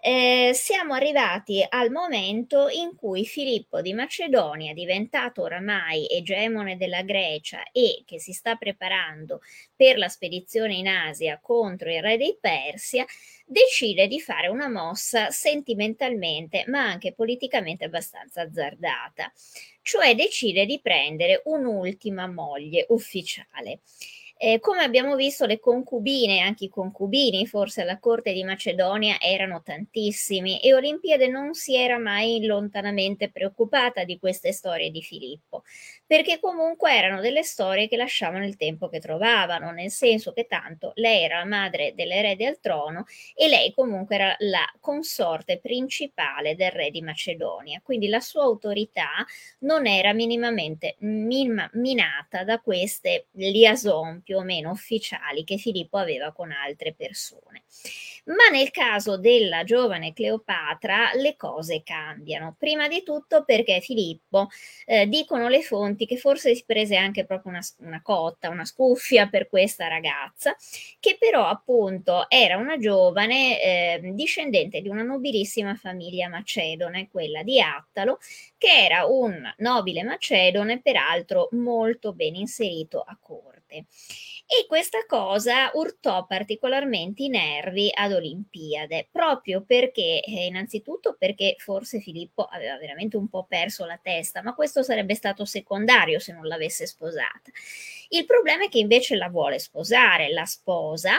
siamo arrivati al momento in cui Filippo di Macedonia, diventato oramai egemone della Grecia e che si sta preparando per la spedizione in Asia contro il re dei Persia, decide di fare una mossa sentimentalmente ma anche politicamente abbastanza azzardata, cioè decide di prendere un'ultima moglie ufficiale. Come abbiamo visto, le concubine, anche i concubini forse alla corte di Macedonia erano tantissimi e Olimpiade non si era mai lontanamente preoccupata di queste storie di Filippo, perché comunque erano delle storie che lasciavano il tempo che trovavano, nel senso che tanto lei era la madre dell'erede al trono e lei comunque era la consorte principale del re di Macedonia, quindi la sua autorità non era minimamente minata da queste liaison più o meno ufficiali che Filippo aveva con altre persone. Ma nel caso della giovane Cleopatra le cose cambiano. Prima di tutto perché Filippo, dicono le fonti, che forse si prese anche proprio una cotta, una scuffia per questa ragazza, che però appunto era una giovane discendente di una nobilissima famiglia macedone, quella di Attalo, che era un nobile macedone, peraltro molto ben inserito a corte. E questa cosa urtò particolarmente i nervi ad Olimpiade, proprio perché, innanzitutto perché forse Filippo aveva veramente un po' perso la testa, ma questo sarebbe stato secondario se non l'avesse sposata. Il problema è che invece la vuole sposare, la sposa,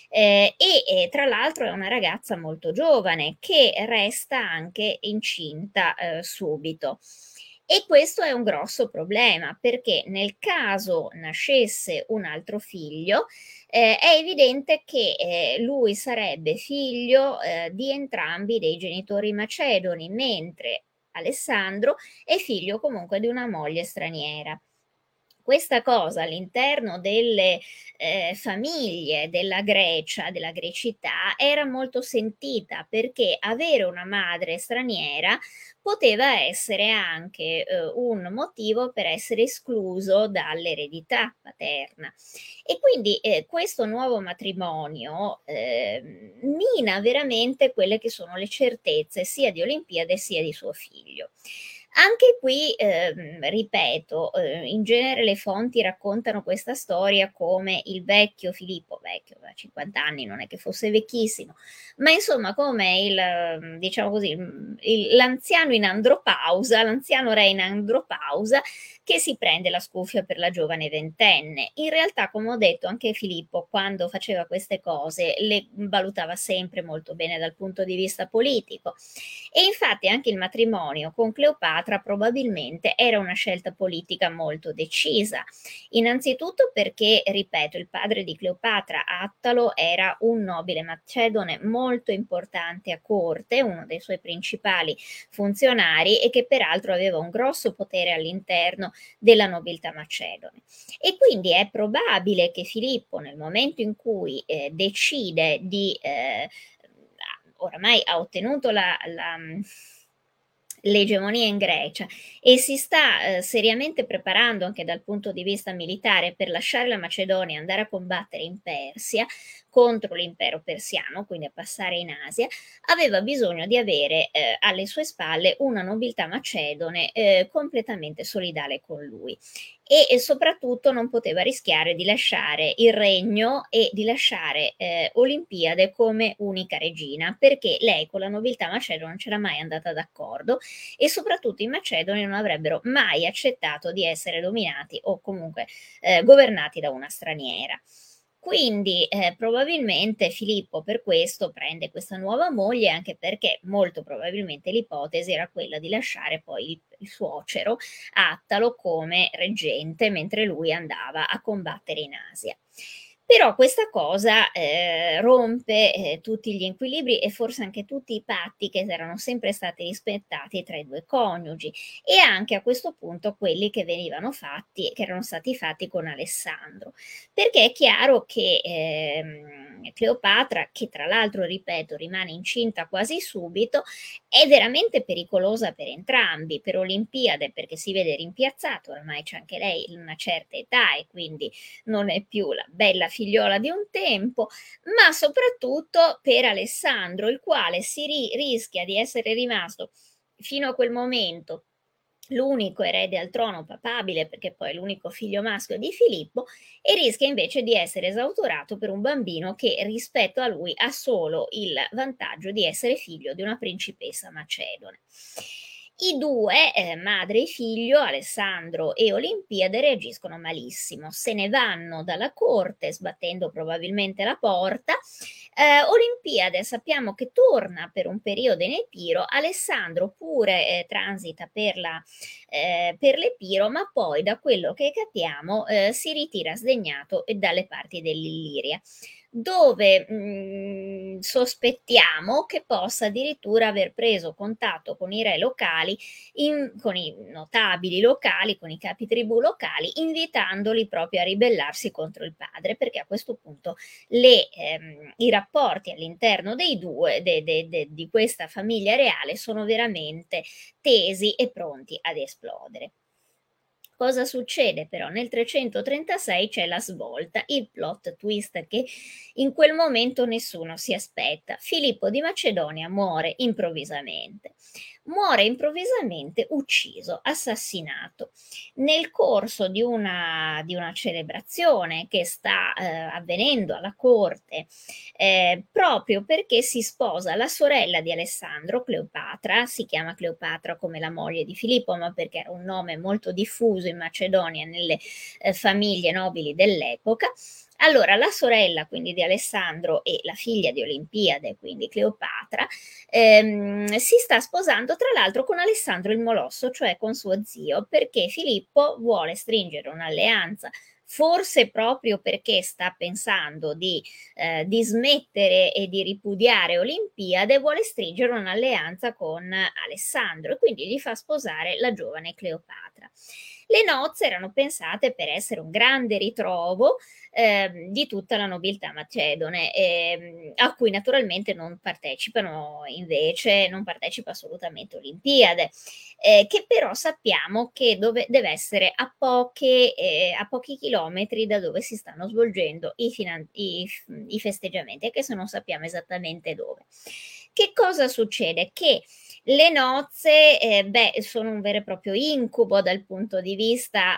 e tra l'altro è una ragazza molto giovane che resta anche incinta subito. E questo è un grosso problema perché nel caso nascesse un altro figlio, è evidente che lui sarebbe figlio di entrambi dei genitori macedoni, mentre Alessandro è figlio comunque di una moglie straniera. Questa cosa all'interno delle famiglie della Grecia, della grecità, era molto sentita perché avere una madre straniera poteva essere anche un motivo per essere escluso dall'eredità paterna. E quindi questo nuovo matrimonio mina veramente quelle che sono le certezze sia di Olimpiade sia di suo figlio. Anche qui, ripeto, in genere le fonti raccontano questa storia come il vecchio Filippo, vecchio, aveva 50 anni, non è che fosse vecchissimo, ma insomma come diciamo così, l'anziano in andropausa, l'anziano re in andropausa che si prende la scuffia per la giovane ventenne. In realtà, come ho detto, anche Filippo quando faceva queste cose le valutava sempre molto bene dal punto di vista politico e infatti anche il matrimonio con Cleopatra probabilmente era una scelta politica molto decisa. Innanzitutto perché, ripeto, il padre di Cleopatra, Attalo, era un nobile macedone molto importante a corte, uno dei suoi principali funzionari e che peraltro aveva un grosso potere all'interno della nobiltà macedone. E quindi è probabile che Filippo, nel momento in cui decide di oramai ha ottenuto l'egemonia in Grecia e si sta seriamente preparando anche dal punto di vista militare per lasciare la Macedonia e andare a combattere in Persia contro l'impero persiano, quindi a passare in Asia, aveva bisogno di avere alle sue spalle una nobiltà macedone completamente solidale con lui e soprattutto non poteva rischiare di lasciare il regno e di lasciare Olimpiade come unica regina, perché lei con la nobiltà macedone non c'era mai andata d'accordo e soprattutto i macedoni non avrebbero mai accettato di essere dominati o comunque governati da una straniera. Quindi probabilmente Filippo per questo prende questa nuova moglie, anche perché molto probabilmente l'ipotesi era quella di lasciare poi il suocero Attalo come reggente mentre lui andava a combattere in Asia. Però questa cosa rompe tutti gli equilibri e forse anche tutti i patti che erano sempre stati rispettati tra i due coniugi e anche a questo punto quelli che venivano fatti, che erano stati fatti con Alessandro. Perché è chiaro che Cleopatra, che tra l'altro, ripeto, rimane incinta quasi subito, è veramente pericolosa per entrambi, per Olimpiade perché si vede rimpiazzato, ormai c'è anche lei una certa età e quindi non è più la bella figliola di un tempo, ma soprattutto per Alessandro, il quale rischia di essere rimasto fino a quel momento l'unico erede al trono papabile, perché poi è l'unico figlio maschio di Filippo, e rischia invece di essere esautorato per un bambino che rispetto a lui ha solo il vantaggio di essere figlio di una principessa macedone. I due, madre e figlio, Alessandro e Olimpiade, reagiscono malissimo, se ne vanno dalla corte sbattendo probabilmente la porta. Olimpiade sappiamo che torna per un periodo in Epiro, Alessandro pure transita per l'Epiro, ma poi da quello che capiamo si ritira sdegnato dalle parti dell'Illiria, dove sospettiamo che possa addirittura aver preso contatto con i re locali, con i notabili locali, con i capi tribù locali, invitandoli proprio a ribellarsi contro il padre, perché a questo punto i rapporti all'interno dei due, di questa famiglia reale, sono veramente tesi e pronti ad esplodere. Cosa succede però? Nel 336 c'è la svolta, il plot twist che in quel momento nessuno si aspetta. Filippo di Macedonia muore improvvisamente. Muore improvvisamente ucciso, assassinato, nel corso di una celebrazione che sta avvenendo alla corte, proprio perché si sposa la sorella di Alessandro, Cleopatra. Si chiama Cleopatra come la moglie di Filippo, ma perché era un nome molto diffuso in Macedonia nelle famiglie nobili dell'epoca. Allora, la sorella quindi di Alessandro e la figlia di Olimpiade, quindi Cleopatra, si sta sposando tra l'altro con Alessandro il Molosso, cioè con suo zio, perché Filippo vuole stringere un'alleanza, forse proprio perché sta pensando di smettere e di ripudiare Olimpiade, vuole stringere un'alleanza con Alessandro e quindi gli fa sposare la giovane Cleopatra. Le nozze erano pensate per essere un grande ritrovo di tutta la nobiltà macedone, a cui naturalmente non partecipa assolutamente Olimpiade, che però sappiamo che deve essere a pochi chilometri da dove si stanno svolgendo i festeggiamenti, anche se non sappiamo esattamente dove. Che cosa succede? Che le nozze, sono un vero e proprio incubo dal punto di vista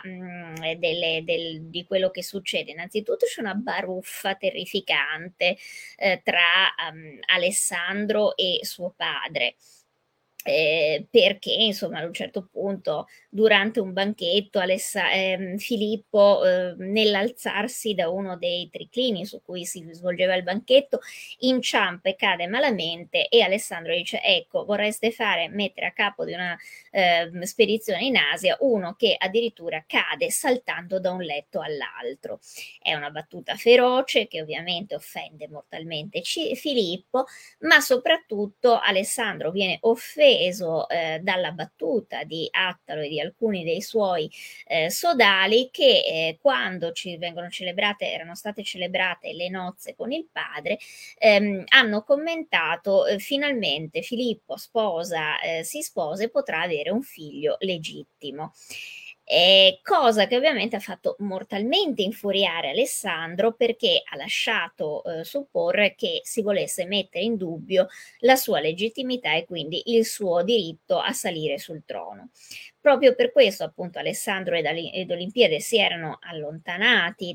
di quello che succede. Innanzitutto c'è una baruffa terrificante tra Alessandro e suo padre. Perché insomma ad un certo punto durante un banchetto Filippo nell'alzarsi da uno dei triclini su cui si svolgeva il banchetto inciampa e cade malamente e Alessandro dice ecco vorreste mettere a capo di una spedizione in Asia uno che addirittura cade saltando da un letto all'altro. È una battuta feroce che ovviamente offende mortalmente Filippo, ma soprattutto Alessandro viene offeso dalla battuta di Attalo e di alcuni dei suoi sodali che quando erano state celebrate le nozze con il padre, hanno commentato finalmente Filippo si sposa e potrà avere un figlio legittimo. Cosa che ovviamente ha fatto mortalmente infuriare Alessandro perché ha lasciato supporre che si volesse mettere in dubbio la sua legittimità e quindi il suo diritto a salire sul trono. Proprio per questo appunto Alessandro ed Olimpiade si erano allontanati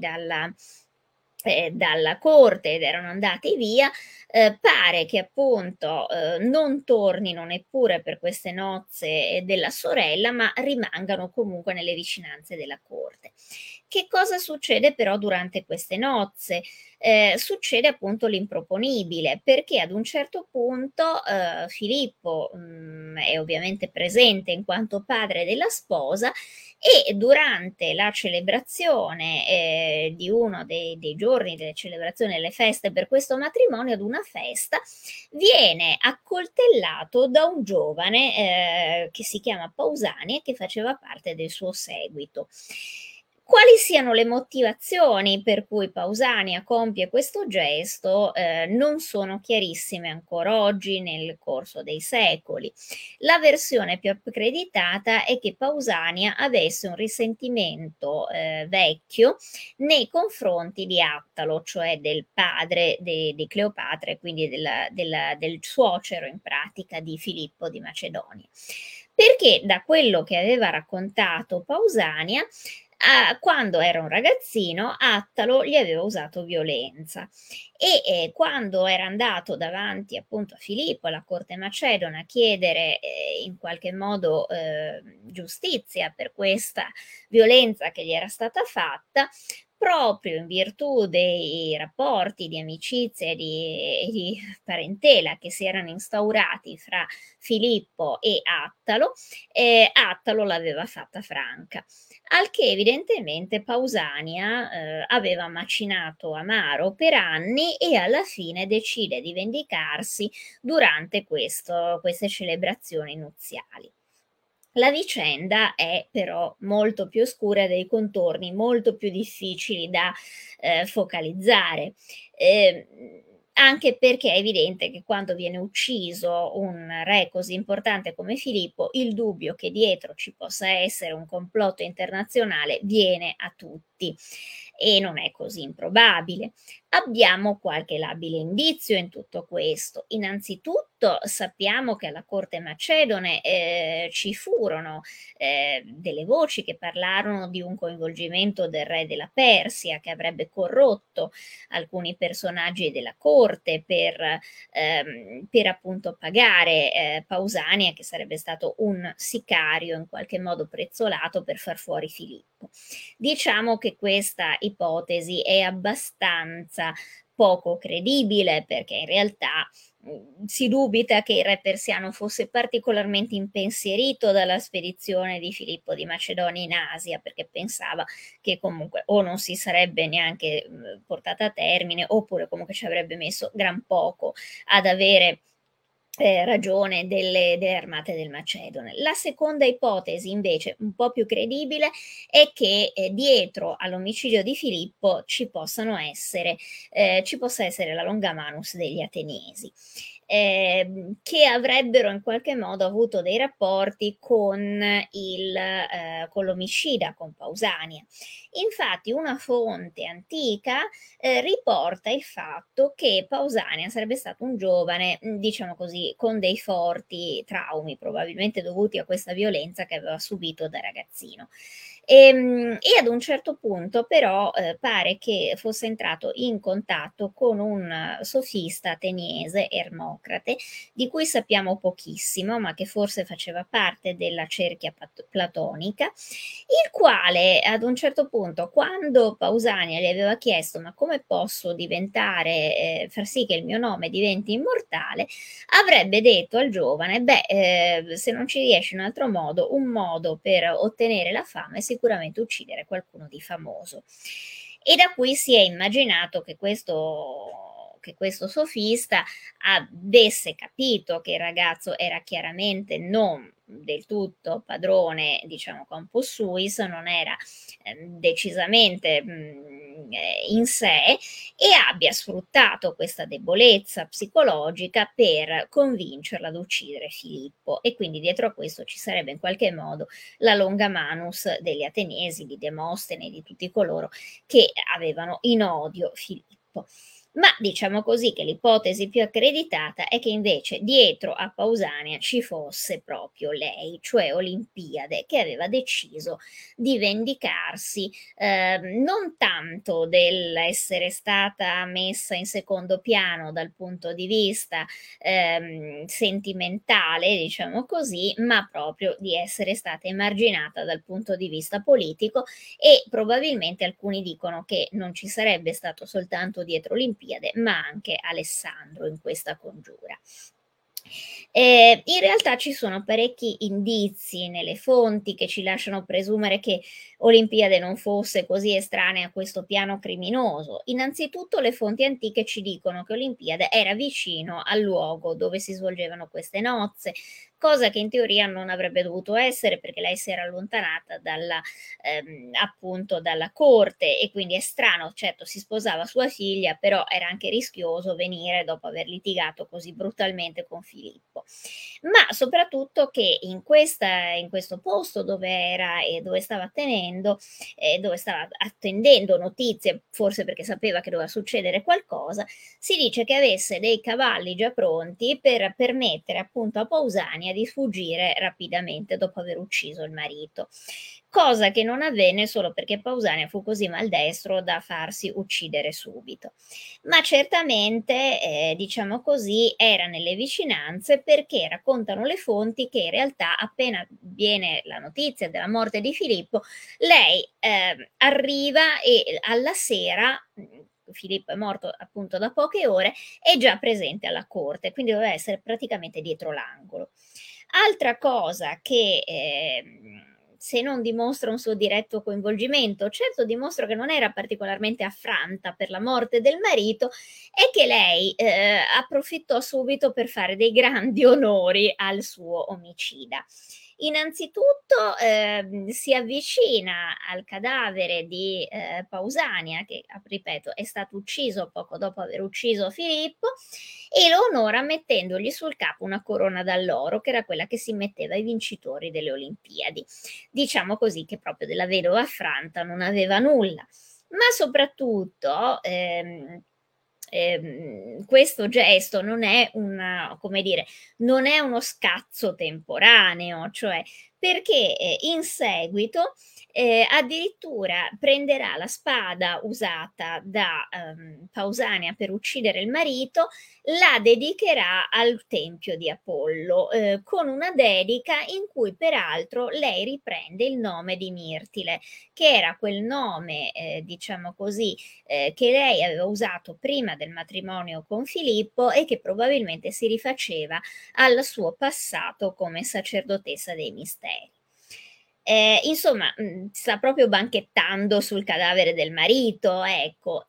dalla corte ed erano andati via. Pare che appunto non tornino neppure per queste nozze della sorella, ma rimangano comunque nelle vicinanze della corte. Che cosa succede però durante queste nozze? Succede appunto l'improponibile, perché ad un certo punto Filippo è ovviamente presente in quanto padre della sposa e durante la celebrazione di uno dei giorni delle celebrazioni delle feste per questo matrimonio, ad una festa, viene accoltellato da un giovane che si chiama Pausani e che faceva parte del suo seguito. Quali siano le motivazioni per cui Pausania compie questo gesto, non sono chiarissime ancora oggi nel corso dei secoli. La versione più accreditata è che Pausania avesse un risentimento, vecchio nei confronti di Attalo, cioè del padre di Cleopatra e quindi del suocero in pratica di Filippo di Macedonia. Perché da quello che aveva raccontato Pausania, quando era un ragazzino, Attalo gli aveva usato violenza e quando era andato davanti appunto a Filippo, alla corte macedone, a chiedere in qualche modo giustizia per questa violenza che gli era stata fatta, proprio in virtù dei rapporti di amicizia e di parentela che si erano instaurati fra Filippo e Attalo, Attalo l'aveva fatta franca. Al che evidentemente Pausania aveva macinato amaro per anni e alla fine decide di vendicarsi durante queste celebrazioni nuziali. La vicenda è però molto più oscura, dei contorni molto più difficili da focalizzare. Anche perché è evidente che quando viene ucciso un re così importante come Filippo, il dubbio che dietro ci possa essere un complotto internazionale viene a tutti e non è così improbabile. Abbiamo qualche labile indizio in tutto questo. Innanzitutto sappiamo che alla corte macedone ci furono delle voci che parlarono di un coinvolgimento del re della Persia che avrebbe corrotto alcuni personaggi della corte per appunto pagare Pausania, che sarebbe stato un sicario in qualche modo prezzolato per far fuori Filippo. Diciamo che questa ipotesi è abbastanza poco credibile perché in realtà si dubita che il re persiano fosse particolarmente impensierito dalla spedizione di Filippo di Macedonia in Asia, perché pensava che comunque o non si sarebbe neanche portata a termine, oppure comunque ci avrebbe messo gran poco ad avere ragione delle armate del Macedone. La seconda ipotesi, invece, un po' più credibile, è che dietro all'omicidio di Filippo ci possa essere la Longamanus degli Ateniesi, che avrebbero in qualche modo avuto dei rapporti con l'omicida, con Pausania. Infatti, una fonte antica riporta il fatto che Pausania sarebbe stato un giovane, diciamo così, con dei forti traumi, probabilmente dovuti a questa violenza che aveva subito da ragazzino. E ad un certo punto però pare che fosse entrato in contatto con un sofista ateniese, Ermocrate, di cui sappiamo pochissimo, ma che forse faceva parte della cerchia platonica, il quale ad un certo punto, quando Pausania gli aveva chiesto ma come posso diventare, far sì che il mio nome diventi immortale, avrebbe detto al giovane, beh, se non ci riesci in altro modo, un modo per ottenere la fama è sicuramente uccidere qualcuno di famoso. E da qui si è immaginato che questo sofista avesse capito che il ragazzo era chiaramente non del tutto padrone, diciamo campus suis, non era decisamente in sé e abbia sfruttato questa debolezza psicologica per convincerla ad uccidere Filippo e quindi dietro a questo ci sarebbe in qualche modo la Longamanus degli Ateniesi, di Demostene, di tutti coloro che avevano in odio Filippo. Ma diciamo così che l'ipotesi più accreditata è che invece dietro a Pausania ci fosse proprio lei, cioè Olimpiade, che aveva deciso di vendicarsi non tanto dell'essere stata messa in secondo piano dal punto di vista sentimentale, diciamo così, ma proprio di essere stata emarginata dal punto di vista politico e probabilmente alcuni dicono che non ci sarebbe stato soltanto dietro Olimpiade, ma anche Alessandro in questa congiura. In realtà ci sono parecchi indizi nelle fonti che ci lasciano presumere che Olimpiade non fosse così estranea a questo piano criminoso. Innanzitutto le fonti antiche ci dicono che Olimpiade era vicino al luogo dove si svolgevano queste nozze, cosa che in teoria non avrebbe dovuto essere perché lei si era allontanata appunto dalla corte e quindi è strano, certo si sposava sua figlia, però era anche rischioso venire dopo aver litigato così brutalmente con Filippo. Ma soprattutto che in questo posto dove era e dove stava tenendo, dove stava attendendo notizie, forse perché sapeva che doveva succedere qualcosa, si dice che avesse dei cavalli già pronti per permettere appunto a Pausania di fuggire rapidamente dopo aver ucciso il marito. Cosa che non avvenne solo perché Pausania fu così maldestro da farsi uccidere subito. Ma certamente, diciamo così, era nelle vicinanze perché raccontano le fonti che in realtà appena viene la notizia della morte di Filippo, lei arriva e alla sera, Filippo è morto appunto da poche ore, è già presente alla corte, quindi doveva essere praticamente dietro l'angolo. Altra cosa che se non dimostra un suo diretto coinvolgimento, certo dimostra che non era particolarmente affranta per la morte del marito, è che lei approfittò subito per fare dei grandi onori al suo omicida. Innanzitutto si avvicina al cadavere di Pausania, che ripeto è stato ucciso poco dopo aver ucciso Filippo, e lo onora mettendogli sul capo una corona d'alloro, che era quella che si metteva ai vincitori delle Olimpiadi. Diciamo così che proprio della vedova affranta non aveva nulla. Ma soprattutto questo gesto non è una, come dire, non è uno scazzo temporaneo, cioè perché in seguito addirittura prenderà la spada usata da Pausania per uccidere il marito, la dedicherà al tempio di Apollo, con una dedica in cui peraltro lei riprende il nome di Mirtile, che era quel nome, diciamo così, che lei aveva usato prima del matrimonio con Filippo e che probabilmente si rifaceva al suo passato come sacerdotessa dei misteri. Insomma, sta proprio banchettando sul cadavere del marito, ecco,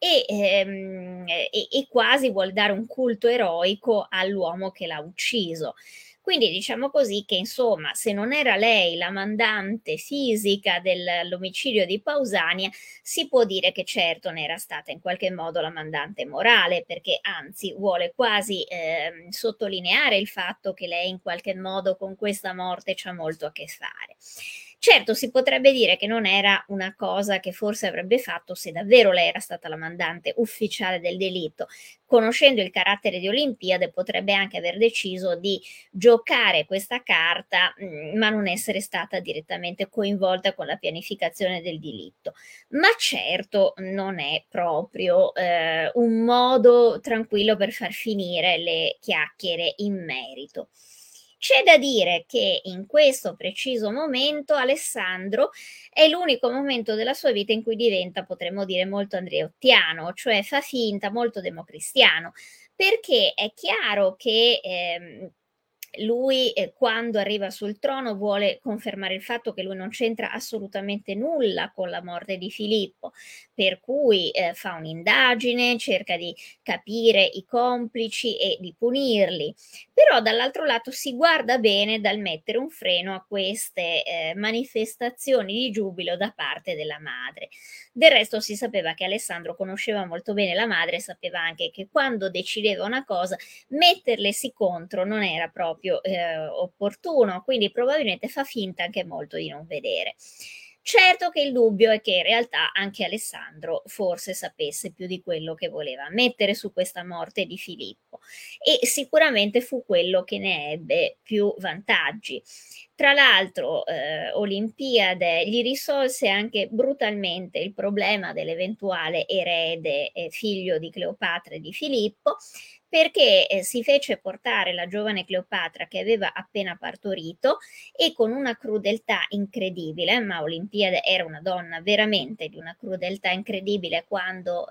e quasi vuol dare un culto eroico all'uomo che l'ha ucciso. Quindi diciamo così che insomma, se non era lei la mandante fisica dell'omicidio di Pausania, si può dire che certo ne era stata in qualche modo la mandante morale, perché anzi vuole quasi sottolineare il fatto che lei in qualche modo con questa morte c'ha molto a che fare. Certo, si potrebbe dire che non era una cosa che forse avrebbe fatto se davvero lei era stata la mandante ufficiale del delitto. Conoscendo il carattere di Olimpiade, potrebbe anche aver deciso di giocare questa carta, ma non essere stata direttamente coinvolta con la pianificazione del delitto. Ma certo non è proprio un modo tranquillo per far finire le chiacchiere in merito. C'è da dire che in questo preciso momento Alessandro è l'unico momento della sua vita in cui diventa, potremmo dire, molto andreottiano, cioè fa finta, molto democristiano, perché è chiaro che lui quando arriva sul trono vuole confermare il fatto che lui non c'entra assolutamente nulla con la morte di Filippo, per cui fa un'indagine, cerca di capire i complici e di punirli, però dall'altro lato si guarda bene dal mettere un freno a queste manifestazioni di giubilo da parte della madre. Del resto si sapeva che Alessandro conosceva molto bene la madre e sapeva anche che quando decideva una cosa metterlesi contro non era proprio opportuno, quindi probabilmente fa finta anche molto di non vedere. Certo che il dubbio è che in realtà anche Alessandro forse sapesse più di quello che voleva mettere su questa morte di Filippo e sicuramente fu quello che ne ebbe più vantaggi. Tra l'altro, Olimpiade gli risolse anche brutalmente il problema dell'eventuale erede e figlio di Cleopatra e di Filippo, perché si fece portare la giovane Cleopatra che aveva appena partorito e con una crudeltà incredibile, ma Olimpiade era una donna veramente di una crudeltà incredibile quando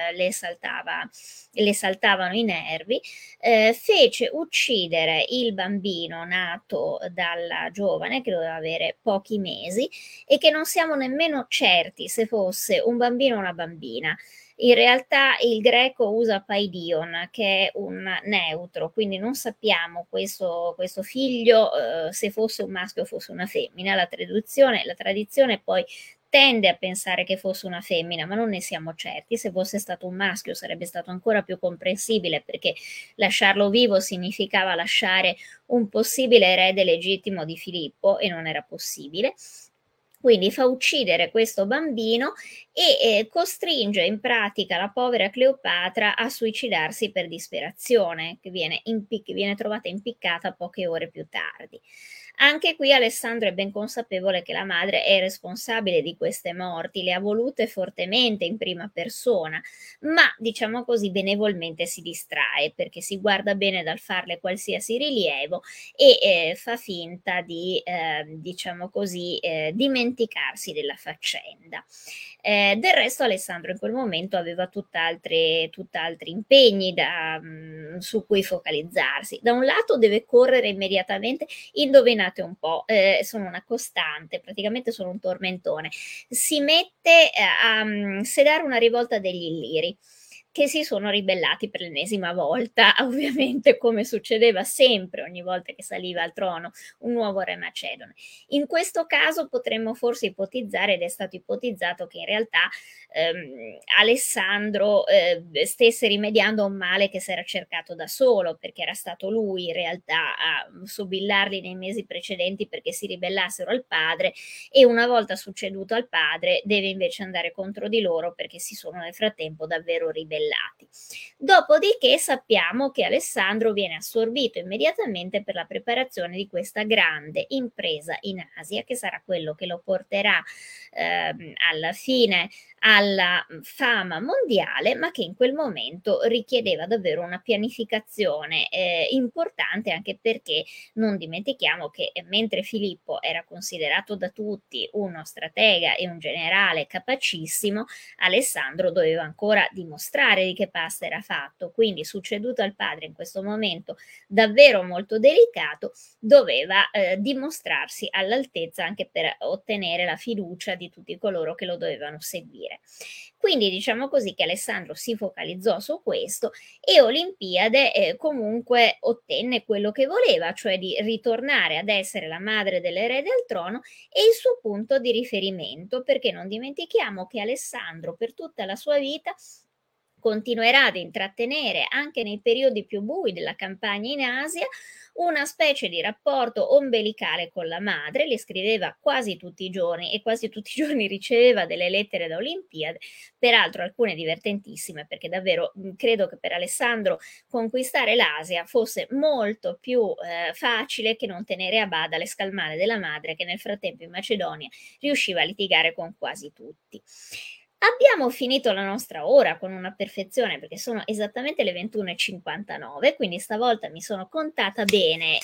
le saltavano i nervi, fece uccidere il bambino nato dalla giovane che doveva avere pochi mesi e che non siamo nemmeno certi se fosse un bambino o una bambina. In realtà il greco usa paidion, che è un neutro, quindi non sappiamo questo figlio, se fosse un maschio o fosse una femmina. La tradizione poi tende a pensare che fosse una femmina, ma non ne siamo certi. Se fosse stato un maschio sarebbe stato ancora più comprensibile, perché lasciarlo vivo significava lasciare un possibile erede legittimo di Filippo e non era possibile. Quindi fa uccidere questo bambino e costringe in pratica la povera Cleopatra a suicidarsi per disperazione, che viene trovata impiccata poche ore più tardi. Anche qui Alessandro è ben consapevole che la madre è responsabile di queste morti, le ha volute fortemente in prima persona, ma diciamo così benevolmente si distrae perché si guarda bene dal farle qualsiasi rilievo e fa finta di, diciamo così, dimenticarsi della faccenda. Del resto Alessandro in quel momento aveva tutt'altri impegni su cui focalizzarsi. Da un lato deve correre immediatamente, indovinate un po', sono una costante, praticamente sono un tormentone. Si mette a sedare una rivolta degli Illiri, che si sono ribellati per l'ennesima volta, ovviamente come succedeva sempre ogni volta che saliva al trono un nuovo re macedone. In questo caso potremmo forse ipotizzare, ed è stato ipotizzato, che in realtà Alessandro stesse rimediando a un male che si era cercato da solo, perché era stato lui in realtà a sobillarli nei mesi precedenti perché si ribellassero al padre, e una volta succeduto al padre deve invece andare contro di loro perché si sono nel frattempo davvero ribellati. Dopodiché sappiamo che Alessandro viene assorbito immediatamente per la preparazione di questa grande impresa in Asia, che sarà quello che lo porterà alla fine alla fama mondiale, ma che in quel momento richiedeva davvero una pianificazione importante, anche perché non dimentichiamo che mentre Filippo era considerato da tutti uno stratega e un generale capacissimo, Alessandro doveva ancora dimostrare di che pasta era fatto, quindi succeduto al padre in questo momento davvero molto delicato, doveva dimostrarsi all'altezza anche per ottenere la fiducia di tutti coloro che lo dovevano seguire. Quindi diciamo così che Alessandro si focalizzò su questo e Olimpiade comunque ottenne quello che voleva, cioè di ritornare ad essere la madre dell'erede al trono e il suo punto di riferimento, perché non dimentichiamo che Alessandro per tutta la sua vita continuerà ad intrattenere anche nei periodi più bui della campagna in Asia una specie di rapporto ombelicale con la madre, le scriveva quasi tutti i giorni e quasi tutti i giorni riceveva delle lettere da Olimpiade, peraltro alcune divertentissime, perché davvero credo che per Alessandro conquistare l'Asia fosse molto più facile che non tenere a bada le scalmane della madre, che nel frattempo in Macedonia riusciva a litigare con quasi tutti. Abbiamo finito la nostra ora con una perfezione, perché sono esattamente le 21:59, quindi stavolta mi sono contata bene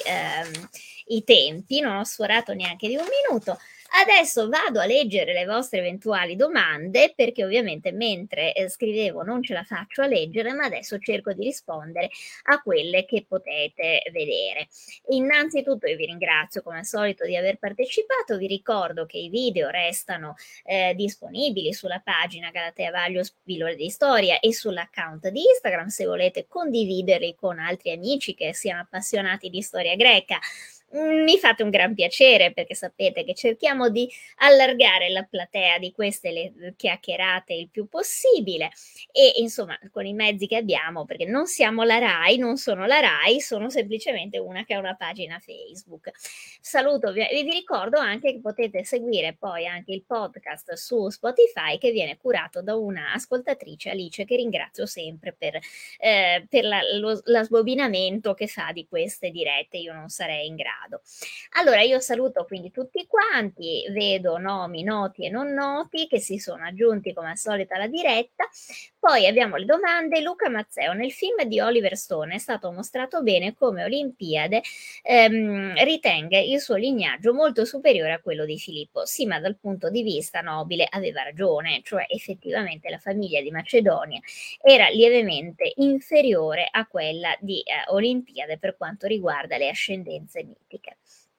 i tempi, non ho sforato neanche di un minuto. Adesso vado a leggere le vostre eventuali domande, perché ovviamente mentre scrivevo non ce la faccio a leggere, ma adesso cerco di rispondere a quelle che potete vedere. Innanzitutto io vi ringrazio come al solito di aver partecipato, vi ricordo che i video restano disponibili sulla pagina Galatea Vaglios Pillole di Storia e sull'account di Instagram, se volete condividerli con altri amici che siano appassionati di storia greca. Mi fate un gran piacere, perché sapete che cerchiamo di allargare la platea di queste chiacchierate il più possibile e insomma con i mezzi che abbiamo, perché non siamo la RAI, non sono la RAI, sono semplicemente una che ha una pagina Facebook. Saluto e vi ricordo anche che potete seguire poi anche il podcast su Spotify, che viene curato da una ascoltatrice, Alice, che ringrazio sempre per la sbobinamento che fa di queste dirette, io non sarei in grado. Allora io saluto quindi tutti quanti, vedo nomi noti e non noti che si sono aggiunti come al solito alla diretta. Poi abbiamo le domande. Luca Mazzeo: nel film di Oliver Stone è stato mostrato bene come Olimpiade ritenga il suo lignaggio molto superiore a quello di Filippo. Sì, ma dal punto di vista nobile aveva ragione, cioè effettivamente la famiglia di Macedonia era lievemente inferiore a quella di Olimpiade per quanto riguarda le ascendenze mitiche.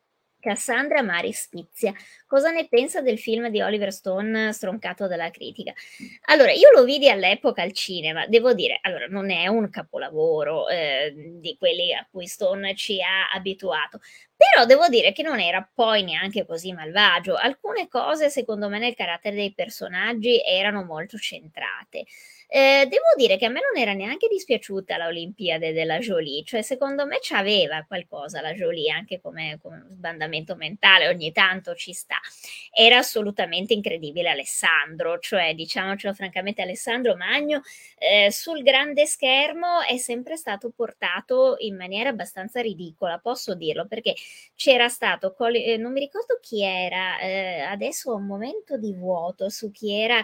Cassandra Mari Spizia. Cosa ne pensa del film di Oliver Stone stroncato dalla critica? Allora, io lo vidi all'epoca al cinema, devo dire, allora non è un capolavoro di quelli a cui Stone ci ha abituato, però devo dire che non era poi neanche così malvagio. Alcune cose, secondo me, nel carattere dei personaggi erano molto centrate. Devo dire che a me non era neanche dispiaciuta la Olimpiade della Jolie, cioè secondo me c'aveva qualcosa la Jolie, anche come sbandamento mentale, ogni tanto ci sta. Era assolutamente incredibile Alessandro, cioè diciamocelo francamente, Alessandro Magno sul grande schermo è sempre stato portato in maniera abbastanza ridicola, posso dirlo, perché c'era stato, non mi ricordo chi era, adesso ho un momento di vuoto su chi era,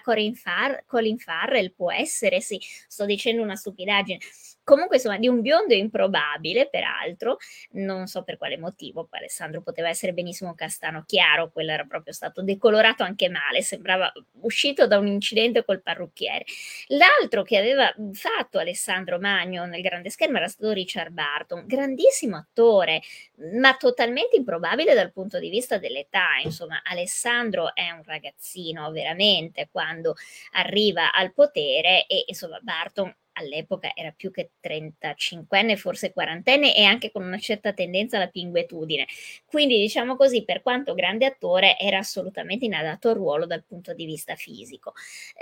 Colin Farrell, può essere, sì, sto dicendo una stupidaggine. Comunque, insomma, di un biondo improbabile, peraltro, non so per quale motivo, poi Alessandro poteva essere benissimo castano chiaro, quello era proprio stato decolorato anche male, sembrava uscito da un incidente col parrucchiere. L'altro che aveva fatto Alessandro Magno nel grande schermo era stato Richard Barton, grandissimo attore, ma totalmente improbabile dal punto di vista dell'età. Insomma, Alessandro è un ragazzino veramente quando arriva al potere e insomma Barton all'epoca era più che 35enne, forse quarantenne e anche con una certa tendenza alla pinguetudine. Quindi diciamo così, per quanto grande attore, era assolutamente inadatto al ruolo dal punto di vista fisico.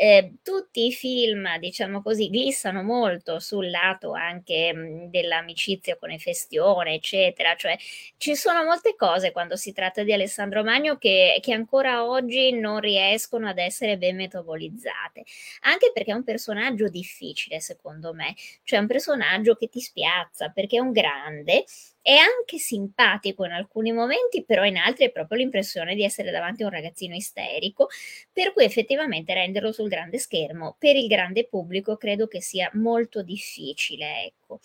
Tutti i film, diciamo così, glissano molto sul lato anche dell'amicizia con Efestione, eccetera, cioè ci sono molte cose quando si tratta di Alessandro Magno che ancora oggi non riescono ad essere ben metabolizzate, anche perché è un personaggio difficile, secondo me, cioè un personaggio che ti spiazza perché è un grande, è anche simpatico in alcuni momenti, però in altri è proprio l'impressione di essere davanti a un ragazzino isterico, per cui effettivamente renderlo sul grande schermo per il grande pubblico credo che sia molto difficile, ecco.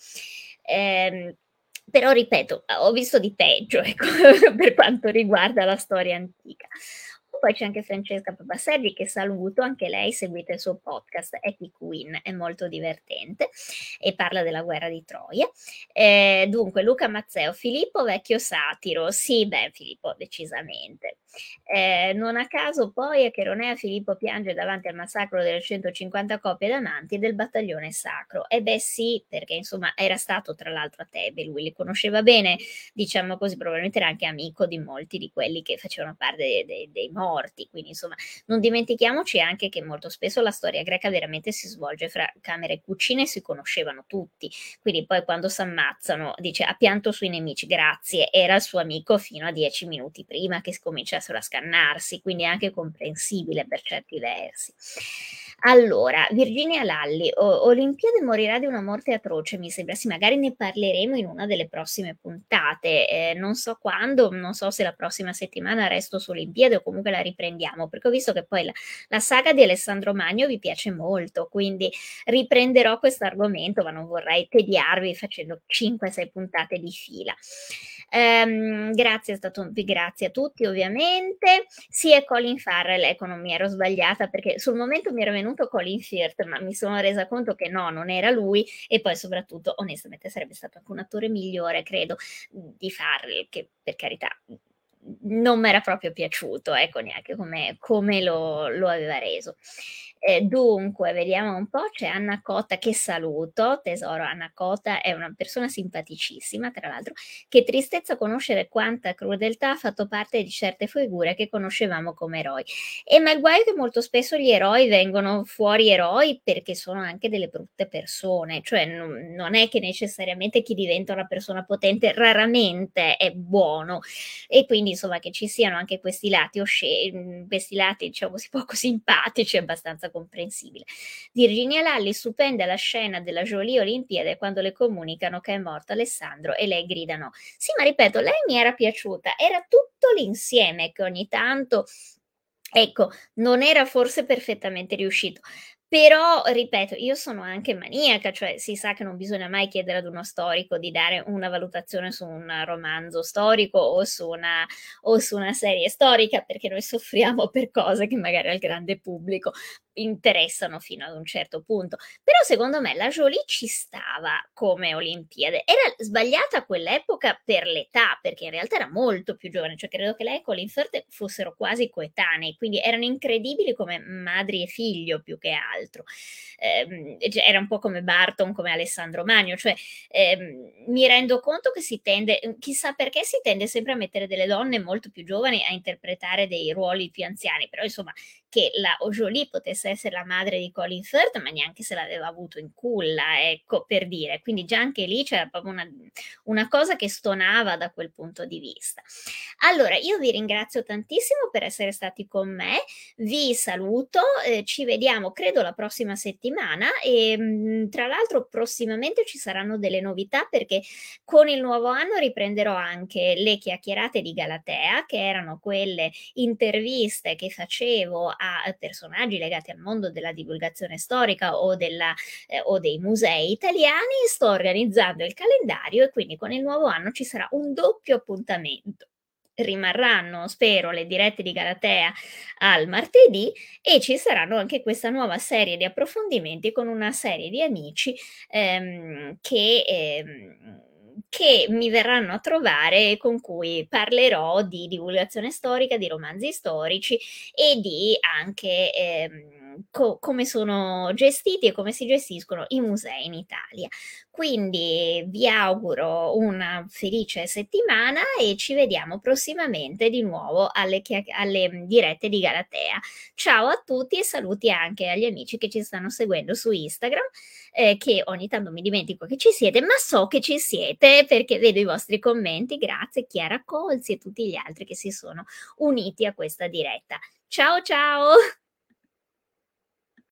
Ehm, Però ripeto, ho visto di peggio, ecco, per quanto riguarda la storia antica. Poi c'è anche Francesca Papassergi che saluto, anche lei seguite il suo podcast Epic Queen, è molto divertente e parla della guerra di Troia. Dunque, Luca Mazzeo, Filippo vecchio satiro, sì, beh, Filippo decisamente. Non a caso poi a Cheronea Filippo piange davanti al massacro delle 150 coppie d'amanti del battaglione sacro. E beh sì, perché insomma era stato tra l'altro a Tebe, lui li conosceva bene, diciamo così, probabilmente era anche amico di molti di quelli che facevano parte dei morti, quindi insomma non dimentichiamoci anche che molto spesso la storia greca veramente si svolge fra camere e cucine e si conoscevano tutti, quindi poi quando si ammazzano dice ha pianto sui nemici, grazie, era il suo amico fino a 10 minuti prima che cominciassero a scannarsi, quindi è anche comprensibile per certi versi. Allora, Virginia Lalli, Olimpiade morirà di una morte atroce, mi sembra, sì, magari ne parleremo in una delle prossime puntate, non so quando, non so se la prossima settimana resto su Olimpiade o comunque la riprendiamo, perché ho visto che poi la saga di Alessandro Magno vi piace molto, quindi riprenderò questo argomento, ma non vorrei tediarvi facendo 5-6 puntate di fila. Grazie, grazie a tutti ovviamente. Sì, è Colin Farrell, ecco, non mi ero sbagliata perché sul momento mi era venuto Colin Firth, ma mi sono resa conto che no, non era lui e poi soprattutto, onestamente, sarebbe stato anche un attore migliore, credo, di Farrell, che per carità non mi era proprio piaciuto, ecco, neanche come lo aveva reso. Dunque, vediamo un po', c'è Anna Cotta che saluto, tesoro, Anna Cotta è una persona simpaticissima, tra l'altro, che tristezza conoscere quanta crudeltà ha fatto parte di certe figure che conoscevamo come eroi. E ma il guaio è che molto spesso gli eroi vengono fuori eroi perché sono anche delle brutte persone, cioè non è che necessariamente chi diventa una persona potente raramente è buono e quindi insomma che ci siano anche questi lati diciamo così poco simpatici è abbastanza comprensibile. Virginia Lalli stupenda la scena della Jolie Olimpiade quando le comunicano che è morto Alessandro e lei grida no. Sì, ma ripeto, lei mi era piaciuta, era tutto l'insieme che ogni tanto, ecco, non era forse perfettamente riuscito. Però, ripeto, io sono anche maniaca, cioè si sa che non bisogna mai chiedere ad uno storico di dare una valutazione su un romanzo storico o su una serie storica, perché noi soffriamo per cose che magari al grande pubblico interessano fino ad un certo punto. Però secondo me la Jolie ci stava come Olimpiade. Era sbagliata a quell'epoca per l'età, perché in realtà era molto più giovane, cioè credo che lei e Colin Firth fossero quasi coetanei, quindi erano incredibili come madri e figlio più che altro. Cioè, era un po' come Barton, come Alessandro Magno, cioè mi rendo conto che si tende, chissà perché si tende sempre a mettere delle donne molto più giovani a interpretare dei ruoli più anziani, però insomma che la Jolie potesse essere la madre di Colin Firth, ma neanche se l'aveva avuto in culla, ecco, per dire. Quindi già anche lì c'era proprio una cosa che stonava da quel punto di vista. Allora, io vi ringrazio tantissimo per essere stati con me, vi saluto, ci vediamo credo la prossima settimana e tra l'altro prossimamente ci saranno delle novità perché con il nuovo anno riprenderò anche le chiacchierate di Galatea, che erano quelle interviste che facevo a personaggi legati al mondo della divulgazione storica o dei musei italiani. Sto organizzando il calendario e quindi con il nuovo anno ci sarà un doppio appuntamento. Rimarranno, spero, le dirette di Galatea al martedì e ci saranno anche questa nuova serie di approfondimenti con una serie di amici che mi verranno a trovare e con cui parlerò di divulgazione storica, di romanzi storici e di anche come sono gestiti e come si gestiscono i musei in Italia. Quindi vi auguro una felice settimana e ci vediamo prossimamente di nuovo alle dirette di Galatea. Ciao a tutti e saluti anche agli amici che ci stanno seguendo su Instagram, che ogni tanto mi dimentico che ci siete, ma so che ci siete perché vedo i vostri commenti. Grazie Chiara Colzi e tutti gli altri che si sono uniti a questa diretta. Ciao ciao!